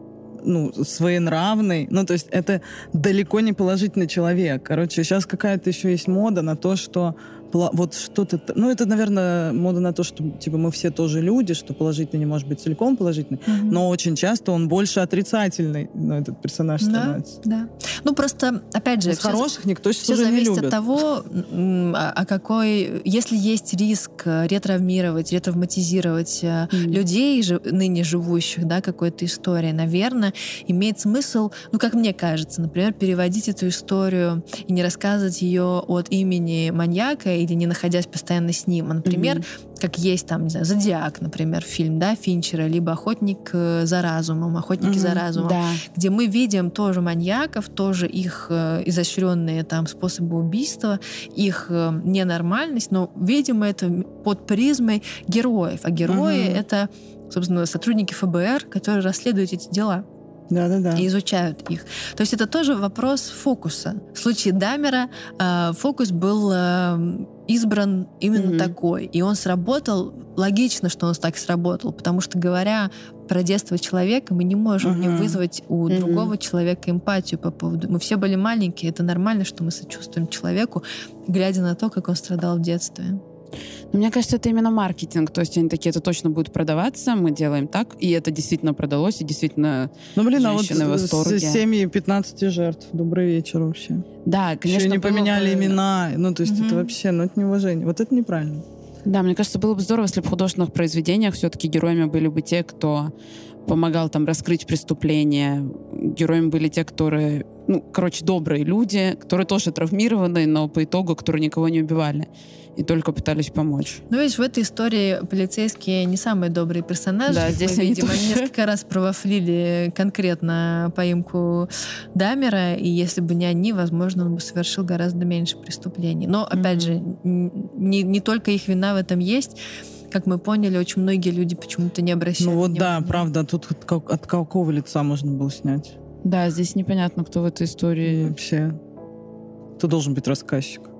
B: своенравный. То есть это далеко не положительный человек. Короче, сейчас какая-то еще есть мода на то, что вот что-то... это, наверное, мода на то, что типа мы все тоже люди, что положительный не может быть целиком положительный, но очень часто он больше отрицательный, этот персонаж становится.
A: Да. Просто, опять же...
B: Из хороших никто сейчас уже не любит.
A: Все зависит от того, если есть риск ретравматизировать людей, ныне живущих, да, какой-то историей, наверное, имеет смысл, как мне кажется, например, переводить эту историю и не рассказывать ее от имени маньяка или не находясь постоянно с ним. Например, как есть там, не знаю, «Зодиак», например, фильм, да, Финчера, либо «Охотники за разумом», где мы видим тоже маньяков, тоже их изощренные там способы убийства, их ненормальность, но видим это под призмой героев. А герои — это, собственно, сотрудники ФБР, которые расследуют эти дела. И изучают их. То есть это тоже вопрос фокуса. В случае Даммера фокус был избран именно такой. И он сработал. Логично, что он так сработал, потому что, говоря про детство человека, мы не можем не вызвать у другого человека эмпатию по поводу... Мы все были маленькие, это нормально, что мы сочувствуем человеку, глядя на то, как он страдал в детстве.
C: Но мне кажется, это именно маркетинг. То есть они такие, это точно будет продаваться, мы делаем так, и это действительно продалось, и действительно женщины в восторге.
B: Семьи 15 жертв. Добрый вечер вообще.
C: Да, конечно.
B: Еще не поменяли имена. Ну, то есть это вообще, это неуважение. Вот это неправильно.
C: Да, мне кажется, было бы здорово, если бы в художественных произведениях все-таки героями были бы те, кто помогал там раскрыть преступления. Героями были те, которые, добрые люди, которые тоже травмированы, но по итогу, которые никого не убивали и только пытались помочь.
A: Ну, видишь, в этой истории полицейские не самые добрые персонажи.
C: Да, здесь они
A: видимо, несколько раз провафлили конкретно поимку Даммера, и если бы не они, возможно, он бы совершил гораздо меньше преступлений. Но, опять же, не только их вина в этом есть. Как мы поняли, очень многие люди почему-то не обращают внимания.
B: Да, правда, тут от какого лица можно было снять?
C: Да, здесь непонятно, кто в этой истории.
B: Вообще. Кто должен быть рассказчик?